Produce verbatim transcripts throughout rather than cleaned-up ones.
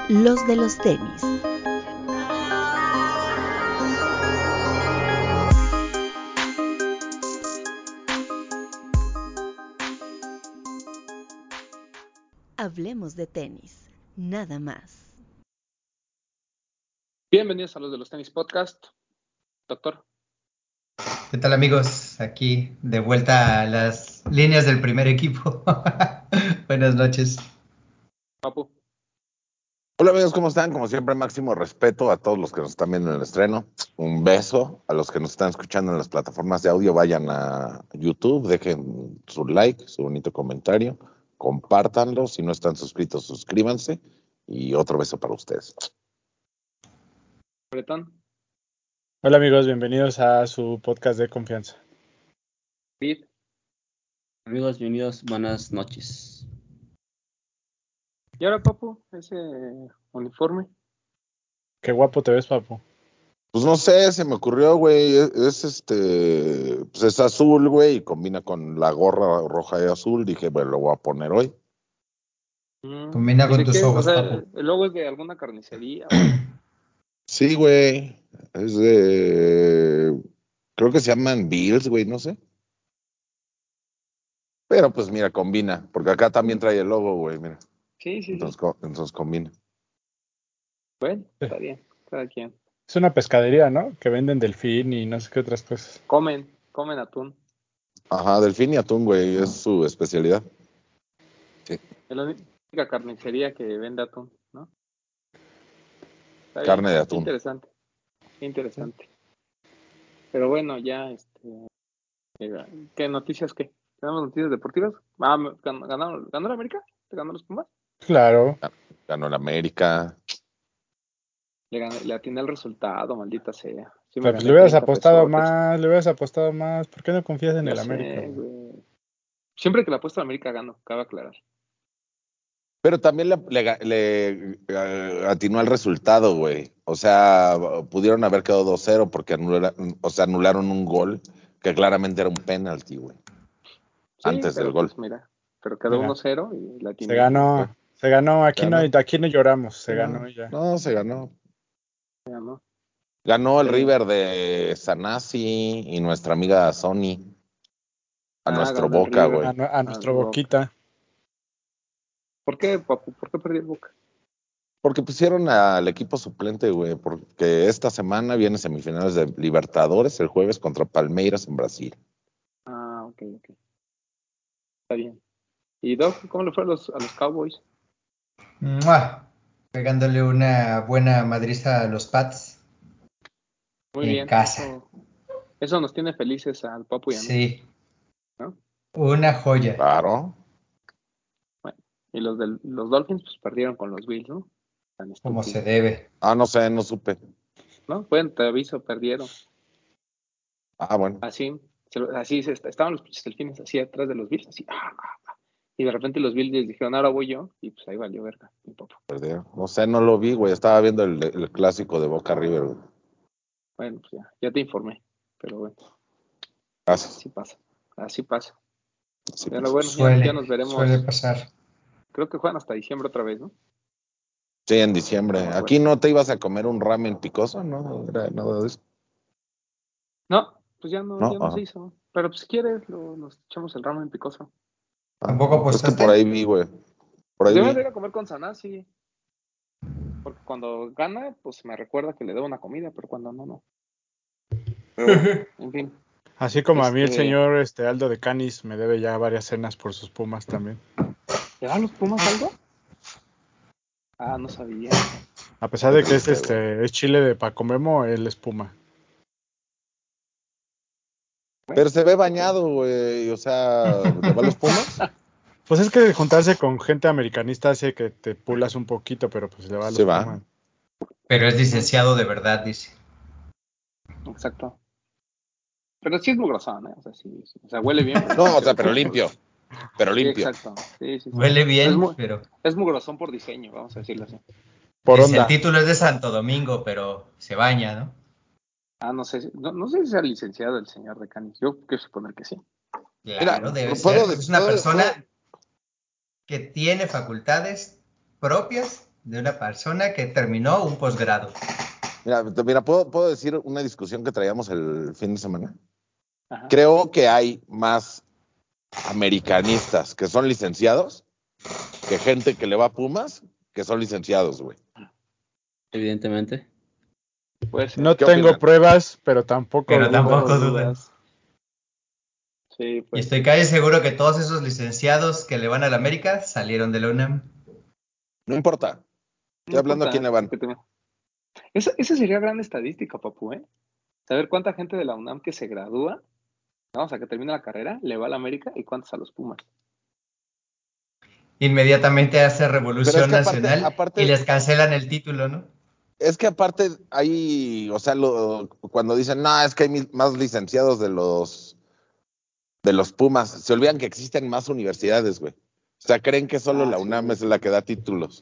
Los de los tenis. Hablemos de tenis, nada más. Bienvenidos a los de los tenis podcast, doctor. ¿Qué tal, amigos? Aquí de vuelta a las líneas del primer equipo. Buenas noches. Papu. Hola amigos, ¿cómo están? Como siempre, máximo respeto a todos los que nos están viendo en el estreno. Un beso a los que nos están escuchando en las plataformas de audio. Vayan a YouTube, dejen su like, su bonito comentario, compártanlo. Si no están suscritos, suscríbanse. Y otro beso para ustedes. Bretón. Hola amigos, bienvenidos a su podcast de confianza. Pete. Amigos, bienvenidos, buenas noches. Y ahora, Papu, ese uniforme. Qué guapo te ves, papu. Pues no sé, se me ocurrió, güey. Es, es este, pues es azul, güey, y combina con la gorra roja y azul. Dije, bueno, lo voy a poner hoy. Mm, Combina ¿y con de tus qué? O ojos, sea, papu. el logo es de alguna carnicería o algo. Sí, güey. Es de. Creo que se llaman Bills, güey, no sé. Pero pues mira, combina. Porque acá también trae el logo, güey, mira. Sí, sí, Entonces, sí. co- entonces combina. Bueno, está bien, cada quien. Es una pescadería, ¿no? Que venden delfín y no sé qué otras cosas. Comen, comen atún. Ajá, delfín y atún, güey, es su especialidad. Sí. Es la única carnicería que vende atún, ¿no? Está bien, Carne de atún. interesante, interesante. Pero bueno, ya, este, eh, ¿qué noticias qué? ¿Tenemos noticias deportivas? Ah, me- gan- ¿ganó, ganó la América? ¿Te ganó los Pumas? Claro. Ganó el América. Le, gané, le atiné el resultado, maldita sea. Sí me Pero pues gané le hubieras treinta apostado pesotes. más, le hubieras apostado más. ¿Por qué no confías en Ya el sé, América, güey? güey. Siempre que la apuesto a América gano, cabe aclarar. Pero también le, le, le, eh, atinó al resultado, güey. O sea, pudieron haber quedado dos cero porque anula, o sea, anularon un gol que claramente era un penalti, güey. Sí, Antes pero del gol. pues mira, pero quedó Mira, uno cero y la se atiné. ganó, se ganó. Aquí no, Ganó. aquí no lloramos, se No, ganó y ya. no, se ganó. Ganó. Ganó el Sí. River de Sanasi y nuestra amiga Sony. A Ah, nuestro ganó el Boca, River. A, güey. nu- a nuestro Boca. Boquita. ¿Por qué, papu? ¿Por qué perdí el Boca? Porque pusieron al equipo suplente, güey. Porque esta semana viene semifinales de Libertadores el jueves contra Palmeiras en Brasil. Ah, ok, ok. Está bien. ¿Y Doc, cómo le fue a los, a los Cowboys? ¡Mua! Pegándole una buena madriza a los Pats. Muy En bien. casa. Eso, eso nos tiene felices al Papu y a mí, Sí. ¿no? Una joya. Claro. Bueno, y los, del, los Dolphins pues perdieron con los Bills, ¿no? Tan Como se estúpidos. debe. Ah, no sé, no supe. ¿No? Bueno, te aviso, perdieron. Ah, bueno. Así, se lo- así se, estaban los pinches delfines así atrás de los Bills, así. Ah, ah, ah. Y de repente los Bills les dijeron, ahora voy yo, y pues ahí valió verga, mi papá. Perdieron. No sé, no lo vi, güey. Estaba viendo el, el clásico de Boca River, güey. Bueno, pues ya, ya te informé, pero bueno, Gracias. así pasa, así pasa. Sí, Pero pues. bueno, ya, ya Suele, nos suele veremos, pasar. creo que juegan hasta diciembre otra vez, ¿no? Sí, en diciembre. Ah, ¿Aquí bueno. no te ibas a comer un ramen picoso? No, era nada de eso. No, pues ya no, No, ya no se ajá. hizo, pero pues si quieres, lo, nos echamos el ramen picoso. Ah, ¿Tampoco es que por ahí apostaste? vi, güey. Por Pues ahí debemos de vi. ir a comer con Sanasi, porque cuando gana, pues me recuerda que le debo una comida, pero cuando no, no. Pero bueno, en fin. Así como a mí el Este, señor este, Aldo de Canis me debe ya varias cenas por sus Pumas también. ¿le va a los Pumas algo? Ah, no sabía. A pesar Qué de que es triste, güey. este es chile de Paco Memo, él es Puma. Bueno, Pero se ve bañado, güey. O sea, ¿le va a los Pumas? Pues es que juntarse con gente americanista hace que te pulas un poquito, pero pues le va a Se los va. Pumas. Pero es licenciado de verdad, dice. exacto. Pero sí es mugrosón, ¿eh? O sea, sí, sí. O sea, huele bien, pero sí No, o se sea, ve pero como limpio. mugrosón. Pero Sí, limpio. exacto. Sí, sí, sí. Huele Es, bien, mu pero... es mugrosón por diseño, vamos a decirlo así. Por Dice, el onda. título es de Santo Domingo, pero se baña, ¿no? Ah, no sé, si- no, no sé si sea licenciado el señor de Canis. Yo quiero suponer que sí. Mira, Claro, debe ser. puedo, Pues de- es una puedo, persona puedo- que tiene facultades propias de una persona que terminó un posgrado. Mira, mira ¿puedo, ¿puedo decir una discusión que traíamos el fin de semana? Ajá. Creo que hay más americanistas que son licenciados que gente que le va a Pumas que son licenciados, güey. Evidentemente. Puede ser. No ¿Qué tengo opinan? pruebas, pero tampoco Pero dudo. tampoco dudan. Sí, Y pues. estoy casi seguro que todos esos licenciados que le van a la América salieron de la UNAM. No importa. Estoy No hablando a quién le importa. van. que te- Esa, esa sería gran estadística, papu, ¿eh? Saber cuánta gente de la UNAM que se gradúa, vamos a que termina la carrera, le va a la América y cuántos a los Pumas. Inmediatamente hace Pero es revolución que aparte, nacional y aparte, les cancelan el título, ¿no? es que aparte hay, o sea, lo, cuando dicen, no, es que hay mil- más licenciados de los de los Pumas, se olvidan que existen más universidades, güey. O sea, creen que solo Ah, la sí, UNAM es la que da títulos.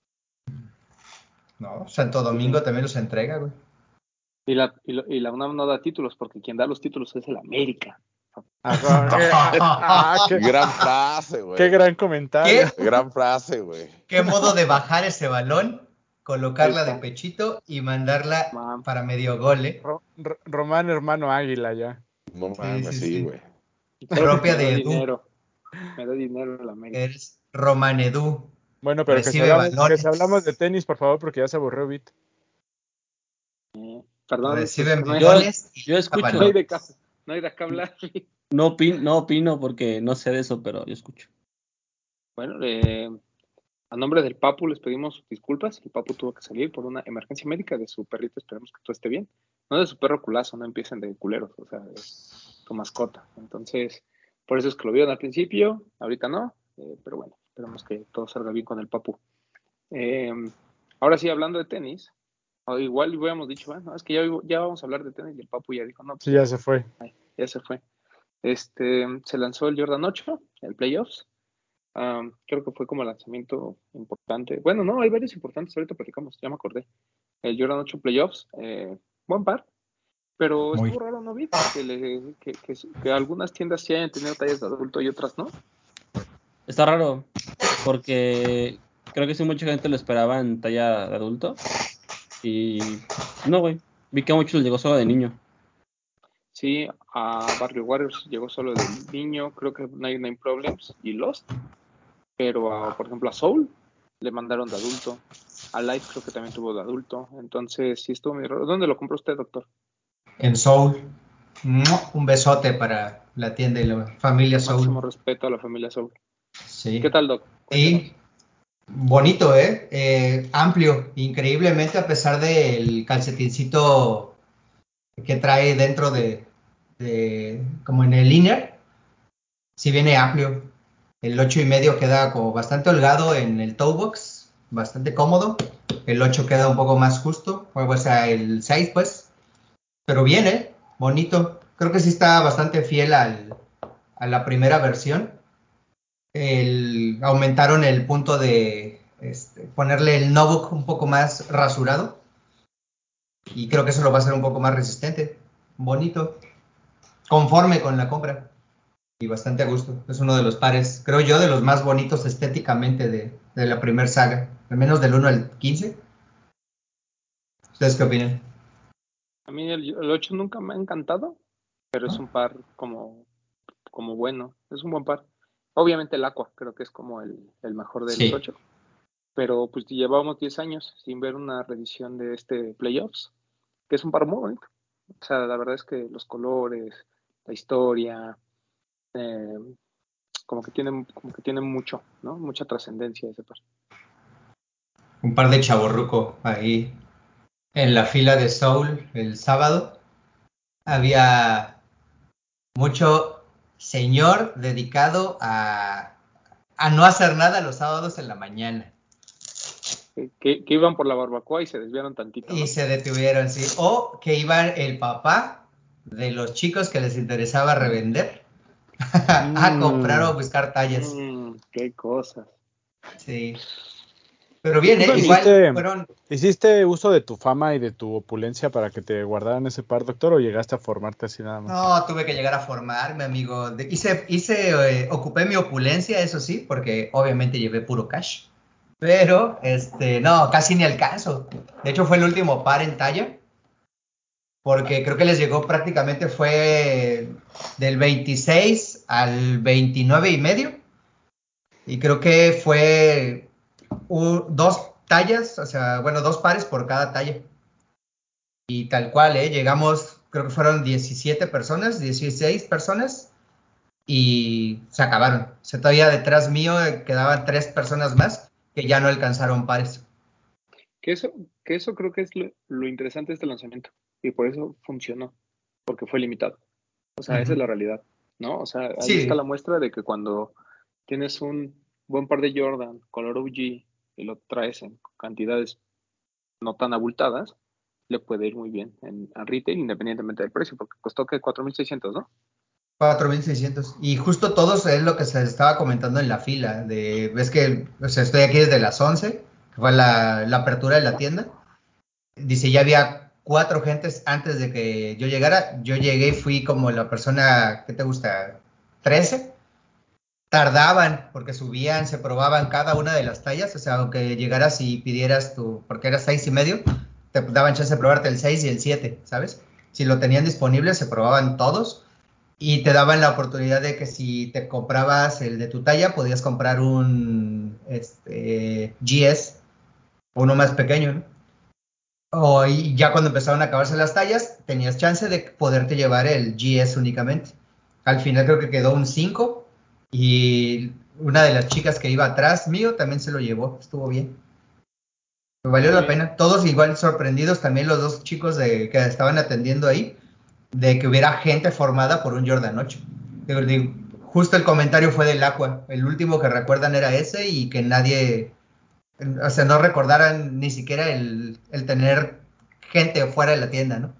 No, Santo sí. Domingo también los entrega, güey. Y la, y, lo- y la UNAM no da títulos porque quien da los títulos es el América. Ajá, qué, ah, qué- Gran frase, güey. qué gran comentario. ¿Qué? Gran frase, güey. ¿Qué modo de bajar ese balón? Colocarla Ahí de está. pechito y mandarla Mam. para medio gol, ¿eh? Ro- Ro- Román, hermano águila, ya. No Sí, mames, sí, sí, sí. güey. Solo porque Propia me da de Edu. dinero. Me da dinero la América. Eres Roman Edu. Bueno, pero que si Recibe hablamos, que balones. si hablamos de tenis, por favor, porque ya se aburrió Bit. Eh, perdón, pues Recibe que no hay, Yo, millones y yo escucho. no hay balones. de acá, no hay de acá hablar. No, opin, no opino porque no sé de eso, pero yo escucho. Bueno, eh, a nombre del Papu les pedimos disculpas. El Papu tuvo que salir por una emergencia médica de su perrito. Esperemos que todo esté bien. No de su perro culazo, no empiecen de culeros, o sea, de su mascota. Entonces, por eso es que lo vieron al principio, ahorita no, eh, pero bueno, esperemos que todo salga bien con el Papu. Eh, ahora sí, hablando de tenis, o igual hubiéramos dicho, bueno, es que ya, ya vamos a hablar de tenis y el Papu ya dijo, no, pues Sí, ya se fue. ya se fue. Este, se lanzó el Jordan ocho, el Playoffs. Um, creo que fue como lanzamiento importante. Bueno, no, hay varios importantes, ahorita platicamos, ya me acordé. El Jordan ocho Playoffs, eh, buen par, pero Muy. estuvo raro, ¿no, vi? Que, le, que, que, que algunas tiendas sí hayan tenido tallas de adulto y otras no. Está raro porque creo que sí mucha gente lo esperaba en talla de adulto. Y no, güey. Vi que a muchos les llegó solo de niño. Sí, a Barrio Warriors llegó solo de niño, creo que ninety nine Problems y Lost, pero a, por ejemplo a Soul le mandaron de adulto, a Life creo que también tuvo de adulto, entonces sí estuvo muy raro. ¿Dónde lo compró usted, doctor? En Soul. Un besote para la tienda y la familia Máximo Soul. respeto a la familia Soul. Sí. ¿Qué tal, Doc? Cuéntenos. Y bonito, ¿eh? ¿eh? Amplio, increíblemente, a pesar del calcetincito que trae dentro de, de como en el inner, sí viene amplio. El ocho y medio queda como bastante holgado en el toe box, bastante cómodo. El ocho queda un poco más justo, o sea, el seis pues, pero viene, bonito. Creo que sí está bastante fiel al, a la primera versión. El, aumentaron el punto de este, ponerle el nubuck un poco más rasurado y creo que eso lo va a hacer un poco más resistente. Bonito, conforme con la compra y bastante a gusto. Es uno de los pares, creo yo, de los más bonitos estéticamente de, de la primer saga, al menos del uno al quince. ¿Ustedes qué opinan? A mí el, el ocho nunca me ha encantado, pero es ¿No? un par como, como bueno, es un buen par. Obviamente el Aqua creo que es como el, el mejor de los Sí. ocho, pero pues llevamos diez años sin ver una reedición de este Playoffs, que es un par muy bonito. O sea, la verdad es que los colores, la historia, eh, como que tienen, como que tienen mucho, ¿no? Mucha trascendencia ese par. Un par de chavorruco ahí en la fila de Soul el sábado. Había mucho señor dedicado a, a no hacer nada los sábados en la mañana. Que, que, que iban por la barbacoa y se desviaron tantito, Y ¿no? se detuvieron, sí. O que iba el papá de los chicos que les interesaba revender a comprar o a buscar tallas. Mm, qué cosas. Sí. Pero bien, ¿eh? Igual ¿Hiciste, fueron... ¿Hiciste uso de tu fama y de tu opulencia para que te guardaran ese par, doctor, o llegaste a formarte así nada más? No, tuve que llegar a formarme, amigo. De- hice, hice, eh, ocupé mi opulencia, eso sí, porque obviamente llevé puro cash. Pero, este, no, casi ni alcanzo. De hecho, fue el último par en talla, porque creo que les llegó prácticamente fue del veintiséis al veintinueve y medio. Y creo que fue u- dos tallas, o sea, bueno, dos pares por cada talla. Y tal cual, ¿eh? Llegamos, creo que fueron diecisiete personas, dieciséis personas, y se acabaron. O sea, todavía detrás mío eh, quedaban tres personas más que ya no alcanzaron pares. Que eso, que eso creo que es lo, lo interesante de este lanzamiento. Y por eso funcionó, porque fue limitado. O sea, esa es la Ujú. realidad, ¿no? O sea, ahí está la Sí, muestra de que cuando tienes un buen par de Jordan, color O G, y lo traes en cantidades no tan abultadas, le puede ir muy bien en, en retail independientemente del precio, porque costó que cuatro mil seiscientos, ¿no? cuatro mil seiscientos. Y justo todos es lo que se estaba comentando en la fila. De, ves que, o sea, estoy aquí desde las once, que fue la, la apertura de la tienda. Dice, ya había cuatro gentes antes de que yo llegara. Yo llegué y fui como la persona, ¿qué te gusta? Trece. Tardaban porque subían, se probaban cada una de las tallas. O sea, aunque llegaras y pidieras tu, porque era seis y medio, te daban chance de probarte el seis y el siete, ¿sabes? Si lo tenían disponible, se probaban todos y te daban la oportunidad de que si te comprabas el de tu talla, podías comprar un este, G S, uno más pequeño, ¿no? O y ya cuando empezaron a acabarse las tallas, tenías chance de poderte llevar el G S únicamente. Al final creo que quedó un cinco y una de las chicas que iba atrás mío también se lo llevó, estuvo bien. Me valió Muy la bien. pena. Todos igual sorprendidos, también los dos chicos de, que estaban atendiendo ahí, de que hubiera gente formada por un Jordan ocho. Digo, digo, justo el comentario fue del Aqua. El último que recuerdan era ese y que nadie, o sea, no recordaran ni siquiera el, el tener gente fuera de la tienda, ¿no?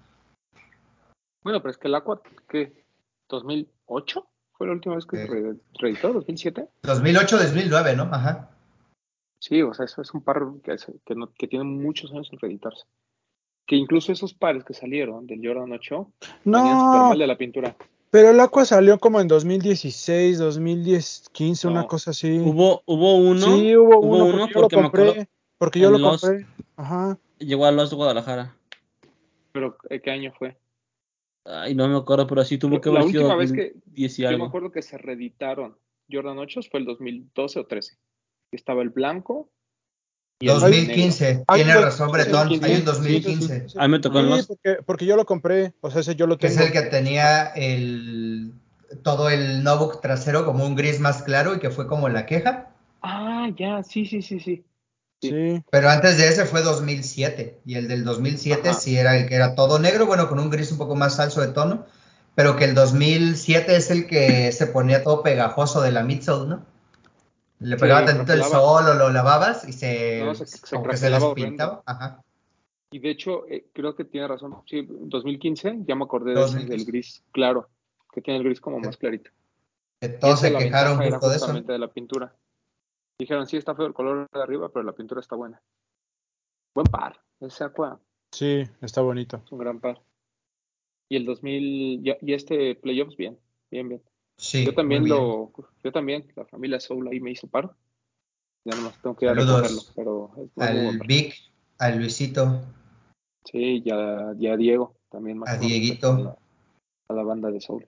Bueno, pero es que el Aqua, ¿qué? ¿dos mil ocho? ¿Fue la última vez que se Eh, re- reeditó? ¿dos mil siete? dos mil ocho, dos mil nueve, ¿no? Ajá. Sí, o sea, eso es un par que, es- que, no- que tiene muchos años sin reeditarse. Que incluso esos pares que salieron del Jordan ocho venían súper mal No, de la pintura. pero el Aqua salió como en dos mil dieciséis, dos mil quince, una No, cosa así. Hubo, hubo uno, Sí, hubo hubo uno porque uno yo lo porque me acuerdo compré, porque yo lo en Lost, compré. Ajá. llegó a Lost Guadalajara. pero ¿eh, ¿qué año fue? Ay, no me acuerdo, pero sí tuvo Lo- que La haber sido última vez que dos mil diez y yo me algo. acuerdo que se reeditaron Jordan ocho fue el dos mil doce o trece. Estaba el blanco y Hay, el negro. dos mil quince, hay tienes uno de razón, Sí, Bretón, hay un Sí, sí, dos mil quince. Sí, sí, dos mil quince, sí. a mí me tocó en Sí, Lost. porque, porque yo lo compré, o sea, ese yo lo que es el tengo. que tenía el, todo el notebook trasero como un gris más claro y que fue como la queja. Ah, ya, sí, sí, sí, sí. Sí, Sí, Pero antes de ese fue dos mil siete y el del dos mil siete ajá. sí era el que era todo negro, bueno, con un gris un poco más falso de tono, pero que el dos mil siete es el que se ponía todo pegajoso de la midsole, ¿no? Le pegaba Se tantito el craquelaba. sol o lo lavabas y No, se, se, se como que se craquelaba horrendo. despintaba. Ajá. Y de hecho, eh, creo que tiene razón. Sí, dos mil quince, ya me acordé de ese, del dos mil quince. gris claro, que tiene el gris como más Que, clarito. que Y todos esa se la quejaron ventaja era justo de eso, ¿no? justamente de la pintura. Dijeron, sí, está feo el color de arriba, pero la pintura está buena. Buen par. Ese Aqua sí, está bonito. es un gran par. Y el dos mil, y, y este playoffs, bien, bien, bien. Yo Sí, muy también bien. lo, yo también, la familia Soul ahí me hizo paro. Ya nomás tengo que ir a recogerlo, Saludos pero es, es muy buen al par. Vic, al Luisito, Sí, ya, ya Diego, también a máximo respeto a Dieguito. la, a la banda de Soul.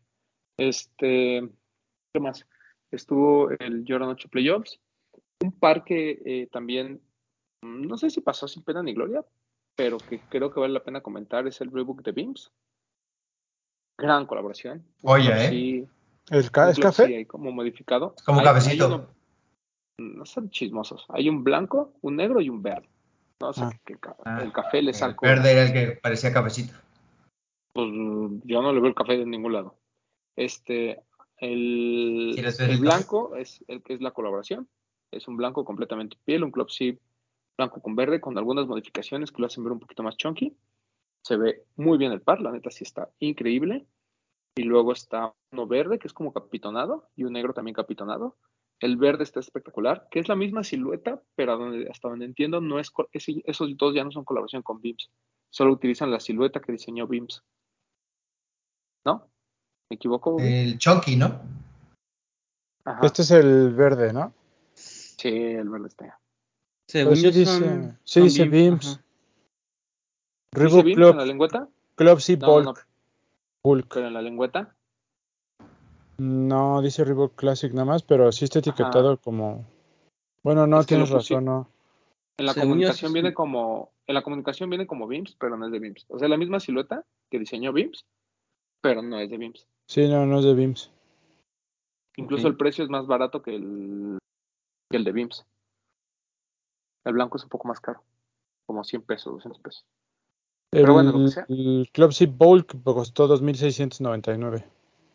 Este, ¿qué más? Estuvo el Jordan ocho Playoffs, un par que eh, también, mm, no sé si pasó sin pena ni gloria, pero que creo que vale la pena comentar es el Rebook de Beams. Gran colaboración, un Oye, club ¿eh? sí, ¿El ca- un ¿Es club café? sí ahí como modificado. Es como Hay, hay uno, cabecito. no son chismosos, hay un blanco, un negro y un verde. No sé Ah, qué, qué ca- el Ah, café le el saco, verde era el que parecía cabecito. pues yo no le veo el café de ningún lado. Este, Sí, el, les ves el el café. blanco es el que es la colaboración. Es un blanco completamente piel, un club sí blanco con verde, con algunas modificaciones que lo hacen ver un poquito más chunky. Se ve muy bien el par, la neta sí está increíble. Y luego está uno verde, que es como capitonado, y un negro también capitonado. El verde está espectacular, que es la misma silueta, pero donde, hasta donde entiendo, no es, ese, esos dos ya no son colaboración con Beams. Solo utilizan la silueta que diseñó Beams. ¿No? ¿Me equivoco, Bobby? El Chunky, ¿no? Ajá. este es el verde, ¿no? Sí, el verde está. Según sí yo dice, son, sí son dice Bims. Bims. Ajá. ¿Dice Reebok Bims Club, en la lengüeta? Club C No, no, no, Bulk. Bulk. pero en la lengüeta. No, dice Reebok Classic nada más, pero sí está etiquetado Ajá. como... Bueno, no, Es que lo tienes puse. razón, no. En la Según yo sí comunicación viene son. como, en la comunicación viene como Bims, pero no es de Bims. O sea, la misma silueta que diseñó Bims, pero no es de Bims. Sí, no, no es de Bims. Incluso Ok. el precio es más barato que el, que el de Bims. El blanco es un poco más caro, como cien pesos, doscientos pesos. Pero bueno, lo que El, sea. el Club C Bulk costó dos mil seiscientos noventa y nueve.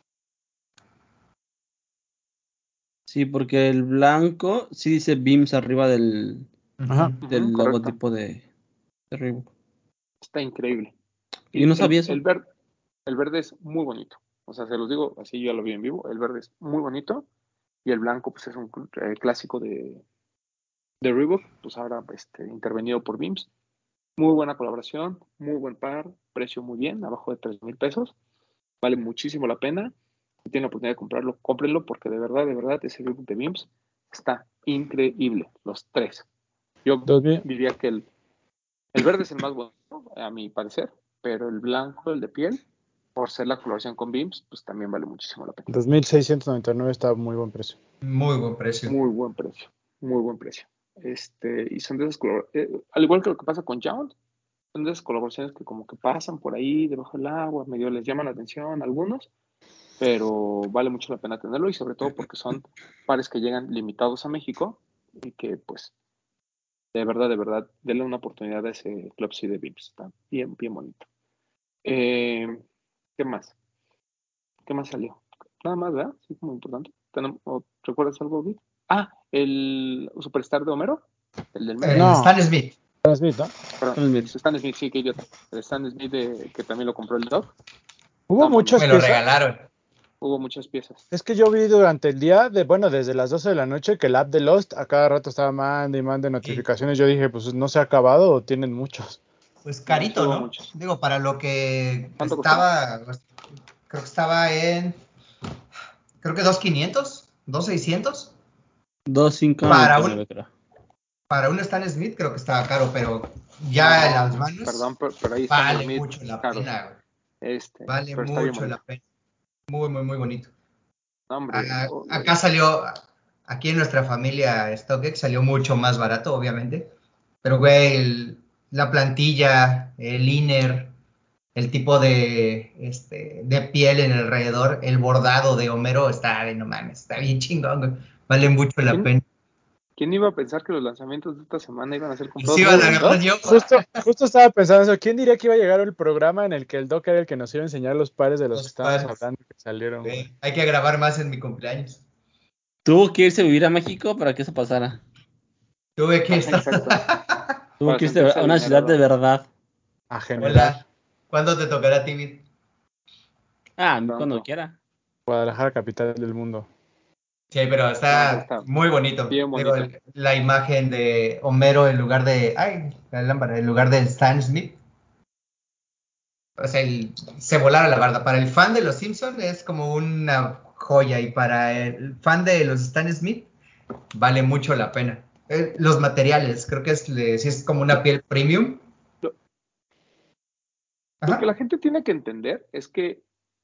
Sí, porque el blanco sí dice Bims arriba del, Ajá. Ujú. del Ujú, correcto. logotipo de, de Reebok. Está increíble. Yo no Y el, sabía eso. el, ver- el verde es muy bonito. O sea, se los digo, así yo ya lo vi en vivo. El verde es muy bonito. Y el blanco, pues es un eh, clásico de, de Reebok. Pues ahora este, intervenido por Bims. Muy buena colaboración, muy buen par, precio muy bien, abajo de tres mil pesos. Vale muchísimo la pena. Si tienen la oportunidad de comprarlo, cómprenlo porque de verdad, de verdad, ese Reebok de Bims está increíble. Los tres. Yo dos mil diría que el, el verde es el más bueno, a mi parecer, pero el blanco, el de piel, por ser la colaboración con Bims, pues también vale muchísimo la pena. dos mil seiscientos noventa y nueve está a muy buen precio. Muy buen precio. Muy buen precio, muy buen precio. Este, y son de esas colaboraciones, eh, al igual que lo que pasa con Jound, son de esas colaboraciones que como que pasan por ahí debajo del agua, medio les llaman la atención a algunos, pero vale mucho la pena tenerlo y sobre todo porque son pares que llegan limitados a México y que pues de verdad, de verdad, denle una oportunidad a ese Club C de Vips, está bien, bien bonito. Eh, ¿Qué más? ¿Qué más salió? Nada más, ¿verdad? Sí, como importante. ¿Tenemos, o ¿recuerdas algo, Vic? Ah, el Superstar de Homero, el del meme. El No, Stan Smith. Stan Smith, ¿no? Perdón, Son Bims. Stan Smith, sí, qué idiota. El Stan Smith de, que también lo compró el Dog. Hubo No, muchas Me mames, lo piezas. regalaron. hubo muchas piezas. Es que yo vi durante el día, de bueno, desde las doce de la noche, que el app de Lost a cada rato estaba mande y mande Sí. notificaciones. Yo dije, pues no se ha acabado o tienen muchos. Pues No, sí carito, hubo ¿no? muchos. Digo, para lo que ¿Cuánto costó? estaba, pues, creo que estaba en, creo que dos mil quinientos, dos mil seiscientos. Para un, dos mil quinientos noventa y nueve, creo. para un Stan Smith creo que estaba caro, pero ya en No, las manos perdón, pero, pero ahí Stan vale Smith mucho la caros. pena, güey. Este, Vale pero está bien mucho la bonito. pena. Muy, muy, muy bonito. No, hombre, Ah, oh, acá salió, aquí en nuestra familia StockX salió mucho más barato, obviamente. Pero, güey, el- la plantilla, el inner, el tipo de, este, de piel en el alrededor, el bordado de Homero está, de no mames, está bien chingón, güey. Vale mucho la ¿quién, pena. quién iba a pensar que los lanzamientos de esta semana iban a ser Así comprados van por a el agarrar Dog? yo. Justo, justo estaba pensando eso. ¿Quién diría que iba a llegar el programa en el que el Doc era el que nos iba a enseñar los pares de los que Los estábamos pares. hablando que salieron, güey? Güey, hay que grabar más en mi cumpleaños. Tuvo que irse a vivir a México para que eso pasara. Tuve que Ajá, estar. exacto. Tuvo Para que irse sentirse a una ciudad de adinerado. verdad. A generar. Hola. ¿Cuándo te tocará, Tibi? Ah, a mí cuando Pronto. quiera. Guadalajara, capital del mundo. Sí, pero No, sí está está muy bonito. bien Digo, bonito. el- la imagen de Homero en lugar de. Ay, la lámpara, en lugar de Stan Smith. O sea, el- se volara la barda. Para el fan de los Simpsons es como una joya. Y para el fan de los Stan Smith, vale mucho la pena. Eh, los materiales, creo que es, le- sí es como una piel premium. Lo, lo que Ajá. la gente tiene que entender es que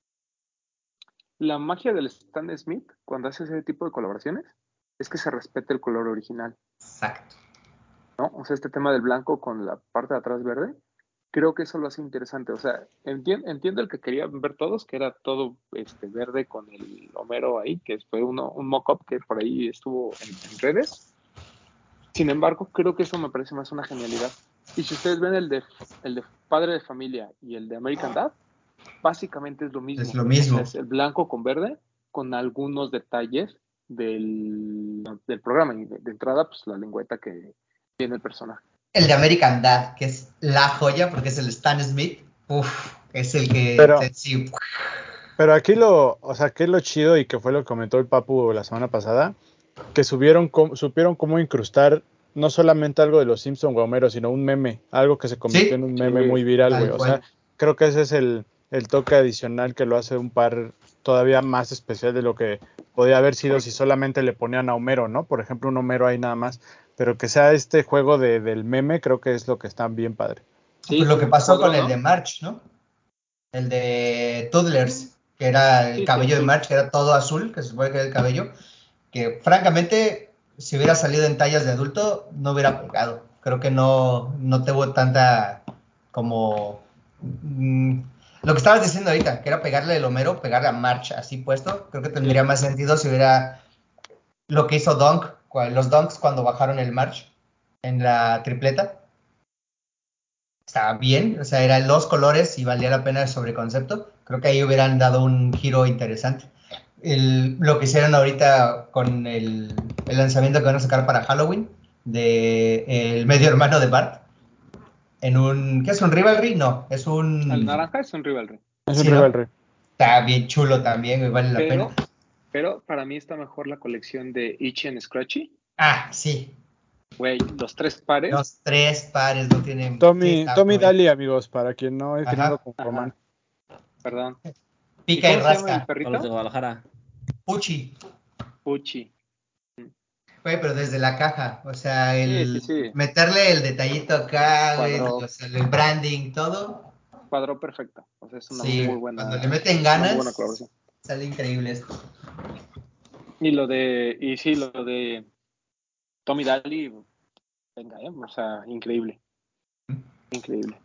la magia del Stan Smith, cuando hace ese tipo de colaboraciones, es que se respete el color original, Exacto. ¿no? O sea, este tema del blanco con la parte de atrás verde, creo que eso lo hace interesante. O sea, entiendo, entiendo el que querían ver todos, que era todo este verde con el Homero ahí, que fue uno, un mock-up que por ahí estuvo en, en redes. Sin embargo, creo que eso me parece más una genialidad. Y si ustedes ven el de, el de Padre de Familia y el de American Dad, básicamente es lo Es mismo. lo O sea, mismo. es el blanco con verde, con algunos detalles del, del programa. Y de, de entrada, pues la lengüeta que tiene el personaje. El de American Dad, que es la joya porque es el Stan Smith. Uf, es el que Pero, te, sí, pero aquí lo, o sea, que es lo chido y que fue lo que comentó el Papu la semana pasada, que subieron, com- supieron cómo incrustar no solamente algo de los Simpson o Homero, sino un meme, algo que se convirtió en sí, un meme Sí, muy viral, güey. tal O sea, cual. creo que ese es el, el toque adicional que lo hace un par todavía más especial de lo que podía haber sido si solamente le ponían a Homero, ¿no? Por ejemplo, un Homero ahí nada más. pero que sea este juego de, del meme, creo que es lo que está bien padre. Sí, pues lo que pasó cuadró, con el ¿no? de March, ¿no? El de Toddlers, que era el Sí, sí, cabello de azul. March, que era todo azul, que se supone que era el cabello, que francamente, si hubiera salido en tallas de adulto, no hubiera pegado. Creo que no, no tuvo tanta como... mm, lo que estabas diciendo ahorita, que era pegarle el Homero, pegarle a March así puesto, creo que tendría Sí. más sentido si hubiera lo que hizo Dunk, cua- los Dunks cuando bajaron el March en la tripleta. Estaba bien, o sea, eran los colores y valía la pena el sobreconcepto. Creo que ahí hubieran dado un giro interesante. El- lo que hicieron ahorita con el, el lanzamiento que van a sacar para Halloween de el medio hermano de Bart en un, ¿qué es un Rivalry? No, es El un, naranja es un rivalry. Es un sí, ¿no? rival. Está bien chulo también, güey, vale la Pero, pena. pero para mí está mejor la colección de Itchy and Scratchy. Ah, sí, Güey, los tres pares. los tres pares no tienen, sí, Tommy, está Tommy bueno. Daly, amigos, para quien no es gringo Ajá, con Ajá, Román. perdón. ¿Y pica y cómo se llama el rasca, Para los de perrito? Guadalajara. Puchi. Puchi. Güey, pero desde la caja, o sea, Sí, sí, el sí. meterle el detallito acá, güey, Cuadró, o sea, el branding, todo. cuadró perfecto. O sea, es una Sí, muy güey, cuando le buena, meten una muy buena ganas, colaboración. sale increíble esto. Y lo de, y sí, lo de Tommy Daly, venga, ¿eh? O sea, increíble, increíble.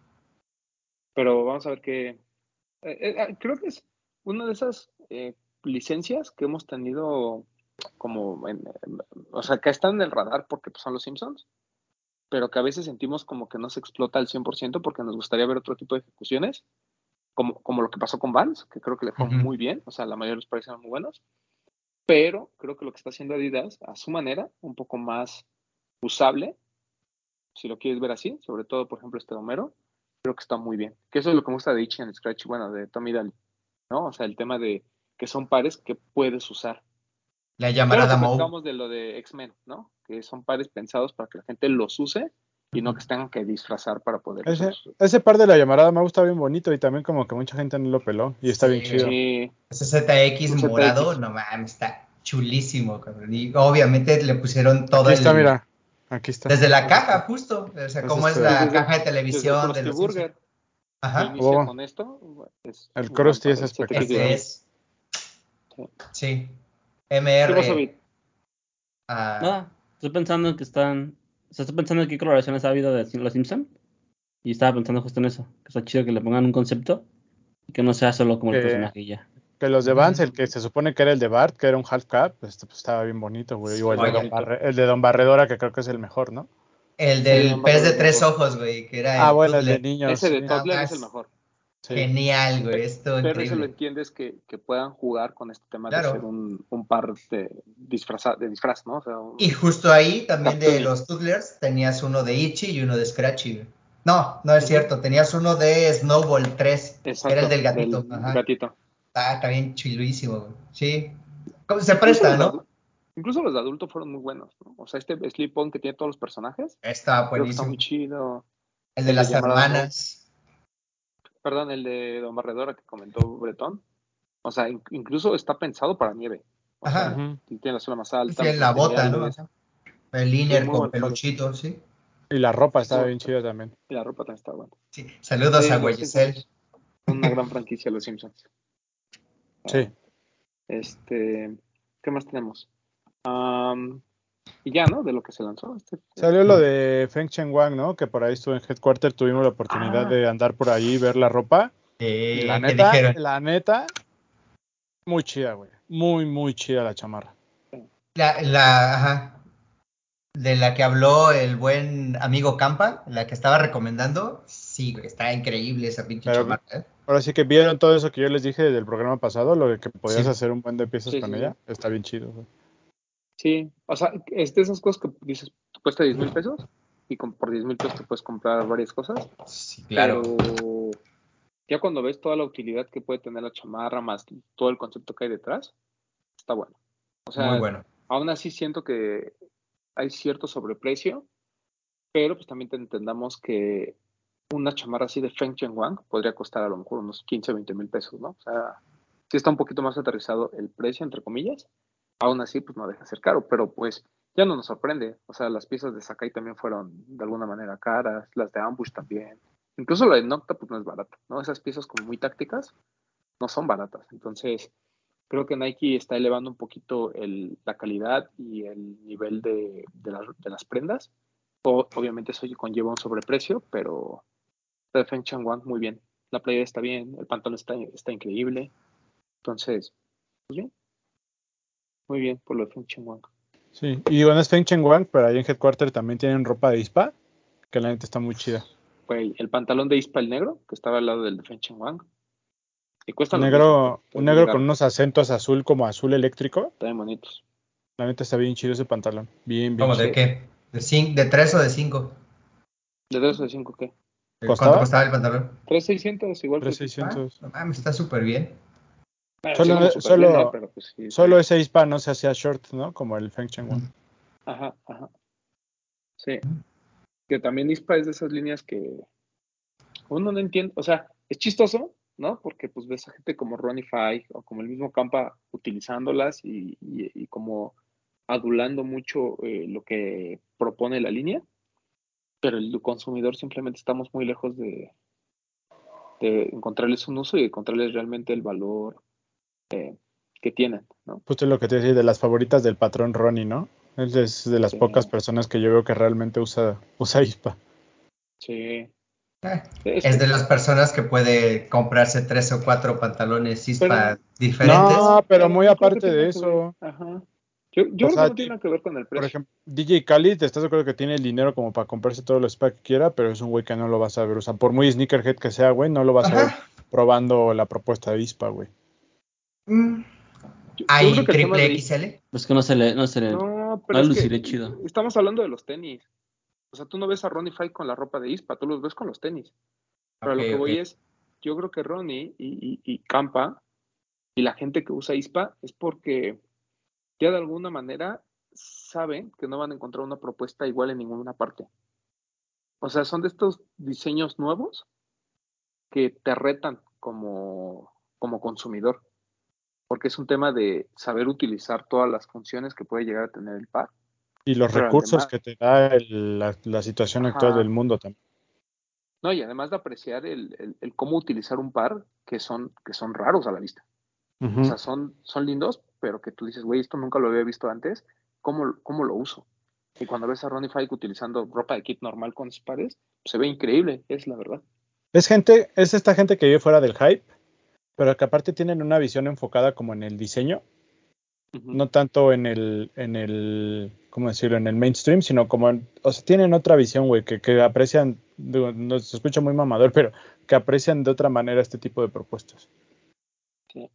Pero vamos a ver qué. eh, eh, creo que es una de esas eh, licencias que hemos tenido como, en, en- o sea, que están en el radar porque pues, son los Simpsons, pero que a veces sentimos como que no se explota al cien por ciento porque nos gustaría ver otro tipo de ejecuciones, como, como lo que pasó con Vans, que creo que le fue Ujú. muy bien, o sea, la mayoría de los parecieron muy buenos, pero creo que lo que está haciendo Adidas, a su manera, un poco más usable, si lo quieres ver así, sobre todo, por ejemplo, este Homero, creo que está muy bien. Que eso es lo que me gusta de Itchy and Scratch, bueno, de Tommy Daly, ¿no? O sea, el tema de que son pares que puedes usar. La Que era lo llamarada que Moe. platicamos de lo de X-Men, ¿no? Que son pares pensados para que la gente los use y no que se tengan que disfrazar para poderlos Ese, usar. ese par de la llamarada me gusta bien bonito y también como que mucha gente no lo peló y está Sí, bien chido. Sí, ese Z X un morado, Z X. no mames, está chulísimo, cabrón. Y obviamente le pusieron todo Aquí está, el... mira. Aquí está. Desde la Es caja, este. justo. O sea, Es cómo es este. Pues la desde, caja de desde el televisión de Krusty los Simpsons. Burger, que Ajá, inicia Oh, con esto, es el un gran Krusty par, es el Z X de ese espectacular. Daly. es. Sí. Sí. ¿Qué pasó, Vid? M R. ah, Nada, estoy pensando que están. O sea, estoy pensando en qué colaboraciones ha habido de los Simpson. Y estaba pensando justo en eso. Que está chido que le pongan un concepto y que no sea solo como el Que, personaje y ya. que los de Vans, el ujú. que se supone que era el de Bart, que era un half cap, pues, pues, estaba bien bonito, güey. O el Está de, Don Joya. bonito. Barre- el de Don Barredora, que creo que es el mejor, ¿no? El El de del Don pez de Barredor tres mejor. ojos, güey, que era Ah, el bueno, el de Toddler. niños, Ese sí. de Nada Toddler es el más. mejor. Sí. Genial, güey. Esto Pero eso lo increíble. entiendes que, que puedan jugar con este tema de ser Claro. un, un par de, disfraza, de disfraz, ¿no? O sea, un Y justo ahí también de cartooning. los Toddlers tenías uno de Itchy y uno de Scratchy, güey. No, no es Ujú. cierto. Tenías uno de Snowball tres, que era el Exacto, del gatito. del Ajá. gatito. Está, está bien chiludísimo, güey. Sí. ¿Cómo se Incluso presta, los, de no? adu- incluso los de adulto fueron muy buenos, ¿no? O sea, este Slip-On que tiene todos los personajes, Está creo que está buenísimo. muy chido. El de El de las Llamarada Moe, hermanas. perdón, el de Don Barredora que comentó Bretón. O sea, in- incluso está pensado para nieve. O sea, Ajá. Ujú. tiene la zona más alta, Sí, los en la bota, ¿no? materiales. Ajá. El Sí, liner muy con buenos pares. peluchito, sí. Y la ropa Muy estaba bien buenos pares. chida también. Y la ropa también está buena. Sí. Saludos Sí, a los Guayesel. Simpsons son una gran franquicia, los Simpsons. Sí. Este, ¿qué más tenemos? Am, y ya, ¿no? De lo que se lanzó. Este, Salió lo de Feng Chen Wang, ¿no? Que por ahí estuvo en Headquarter, tuvimos la oportunidad Ah, de andar por ahí y ver la ropa. Y la Eh, ¿qué neta, dijeron? la neta, muy chida, güey. Muy, muy chida la chamarra. La, la, ajá. De la que habló el buen amigo Campa, la que estaba recomendando. Sí, güey, está increíble esa pinche Pero chamarra, ¿eh? ahora sí que vieron todo eso que yo les dije del programa pasado, lo de que podías Sí. hacer un buen de piezas sí, con sí, ella. sí. Está bien chido, güey. Sí, o sea, es de esas cosas que dices, cuesta diez mil pesos y con, por diez mil pesos te puedes comprar varias cosas, Sí, pero claro. ya cuando ves toda la utilidad que puede tener la chamarra más todo el concepto que hay detrás, está bueno. O Muy sea, bueno. aún así siento que hay cierto sobreprecio, pero pues también te entendamos que una chamarra así de Feng Chen Wang podría costar a lo mejor unos quince, veinte mil pesos, ¿no? O sea, sí está un poquito más aterrizado el precio, entre comillas. Aún así, pues no deja de ser caro, pero pues ya no nos sorprende. O sea, las piezas de Sakai también fueron de alguna manera caras, las de Ambush también. Incluso la de Nocta, pues no es barata, ¿no? Esas piezas como muy tácticas no son baratas. Entonces, creo que Nike está elevando un poquito el, la calidad y el nivel de, de, las, de las prendas. O, obviamente eso conlleva un sobreprecio, pero la de Feng Chang Wang muy bien. La playera está bien, el pantalón está, está increíble. Entonces, pues bien. Muy bien por lo de Feng Chang Wang. Sí, y bueno, es Feng Cheng Wang, pero ahí en Headquarter también tienen ropa de I S P A, que la neta está muy chida. Güey, el pantalón de Ispa, el negro, que estaba al lado del de Feng Chang Wang, y cuestan Un lo mismo, negro, un pero negro con llegaron, unos acentos azul como azul eléctrico. están bonitos. La neta está bien chido ese pantalón. Bien, bien ¿Cómo chido. de qué? ¿De, cin- de tres o de cinco? ¿De dos o de cinco qué? ¿Cuánto ¿Costaba? costaba el pantalón? tres seiscientos igual que tres el Feng. Ah, seiscientos. no mames, está súper bien. Bueno, sí, como Solo, súper bien, ¿no? solo, Pero pues sí, está solo bien. ese I S P A no se hacía short, ¿no? Como el Feng Cheng Wang. Ajá, ajá. Sí. Que también Ispa es de esas líneas que uno no entiende, o sea, es chistoso, ¿no? Porque pues ves a gente como Ronnie Fieg o como el mismo Campa utilizándolas y, y, y como adulando mucho eh, lo que propone la línea, pero el consumidor simplemente estamos muy lejos de, de encontrarles un uso y de encontrarles realmente el valor eh, que tienen, ¿no? Justo lo que te decía de las favoritas del patrón Ronnie, ¿no? Él es de las Sí, pocas personas que yo veo que realmente usa, usa I S P A. sí. Eh, Es es que, de las personas que puede comprarse tres o cuatro pantalones pero I S P A diferentes. No, no, pero pero muy no creo que aparte tenga de que ver. eso. Ajá. Yo, yo O creo que sea, no tiene ti- nada que ver con el por precio. ejemplo, D J Khaled, ¿estás de acuerdo que tiene el dinero como para comprarse todos los S P A que quiera? Pero es un güey que no lo vas a ver. O sea, por muy sneakerhead que sea, güey, no lo vas a ver Ajá. probando la propuesta de I S P A, güey. Mm. Yo, yo creo Hay que el tema triple de X L. Pues que no se le, no se le, no, pero no es le que luciré chido. estamos hablando de los tenis. O sea, tú no ves a Ronnie Fieg con la ropa de Ispa, tú los ves con los tenis. Pero a Ok, lo que ok. voy es, yo creo que Ronnie y, y, y Campa y la gente que usa Ispa es porque ya de alguna manera saben que no van a encontrar una propuesta igual en ninguna parte. O sea, son de estos diseños nuevos que te retan como, como consumidor, porque es un tema de saber utilizar todas las funciones que puede llegar a tener el par, Y los pero recursos además, que te da el- la, la situación actual del ajá, mundo también. no, y además de apreciar el, el, el cómo utilizar un par que son, que son raros a la vista. O Ujú. sea, son, son lindos, pero que tú dices, güey, esto nunca lo había visto antes, ¿cómo, cómo lo uso? Y cuando ves a Ronnie Fieg utilizando ropa de kit normal con sus pares, se ve increíble, es la verdad. Es gente, es esta gente que vive fuera del hype, pero que aparte tienen una visión enfocada como en el diseño, Uh-huh. no tanto en el, en el, ¿cómo decirlo? En el mainstream, sino como, en- o sea, tienen otra visión, güey, que, que aprecian, digo, no se escucha muy mamador, pero que aprecian de otra manera este tipo de propuestas. Sí.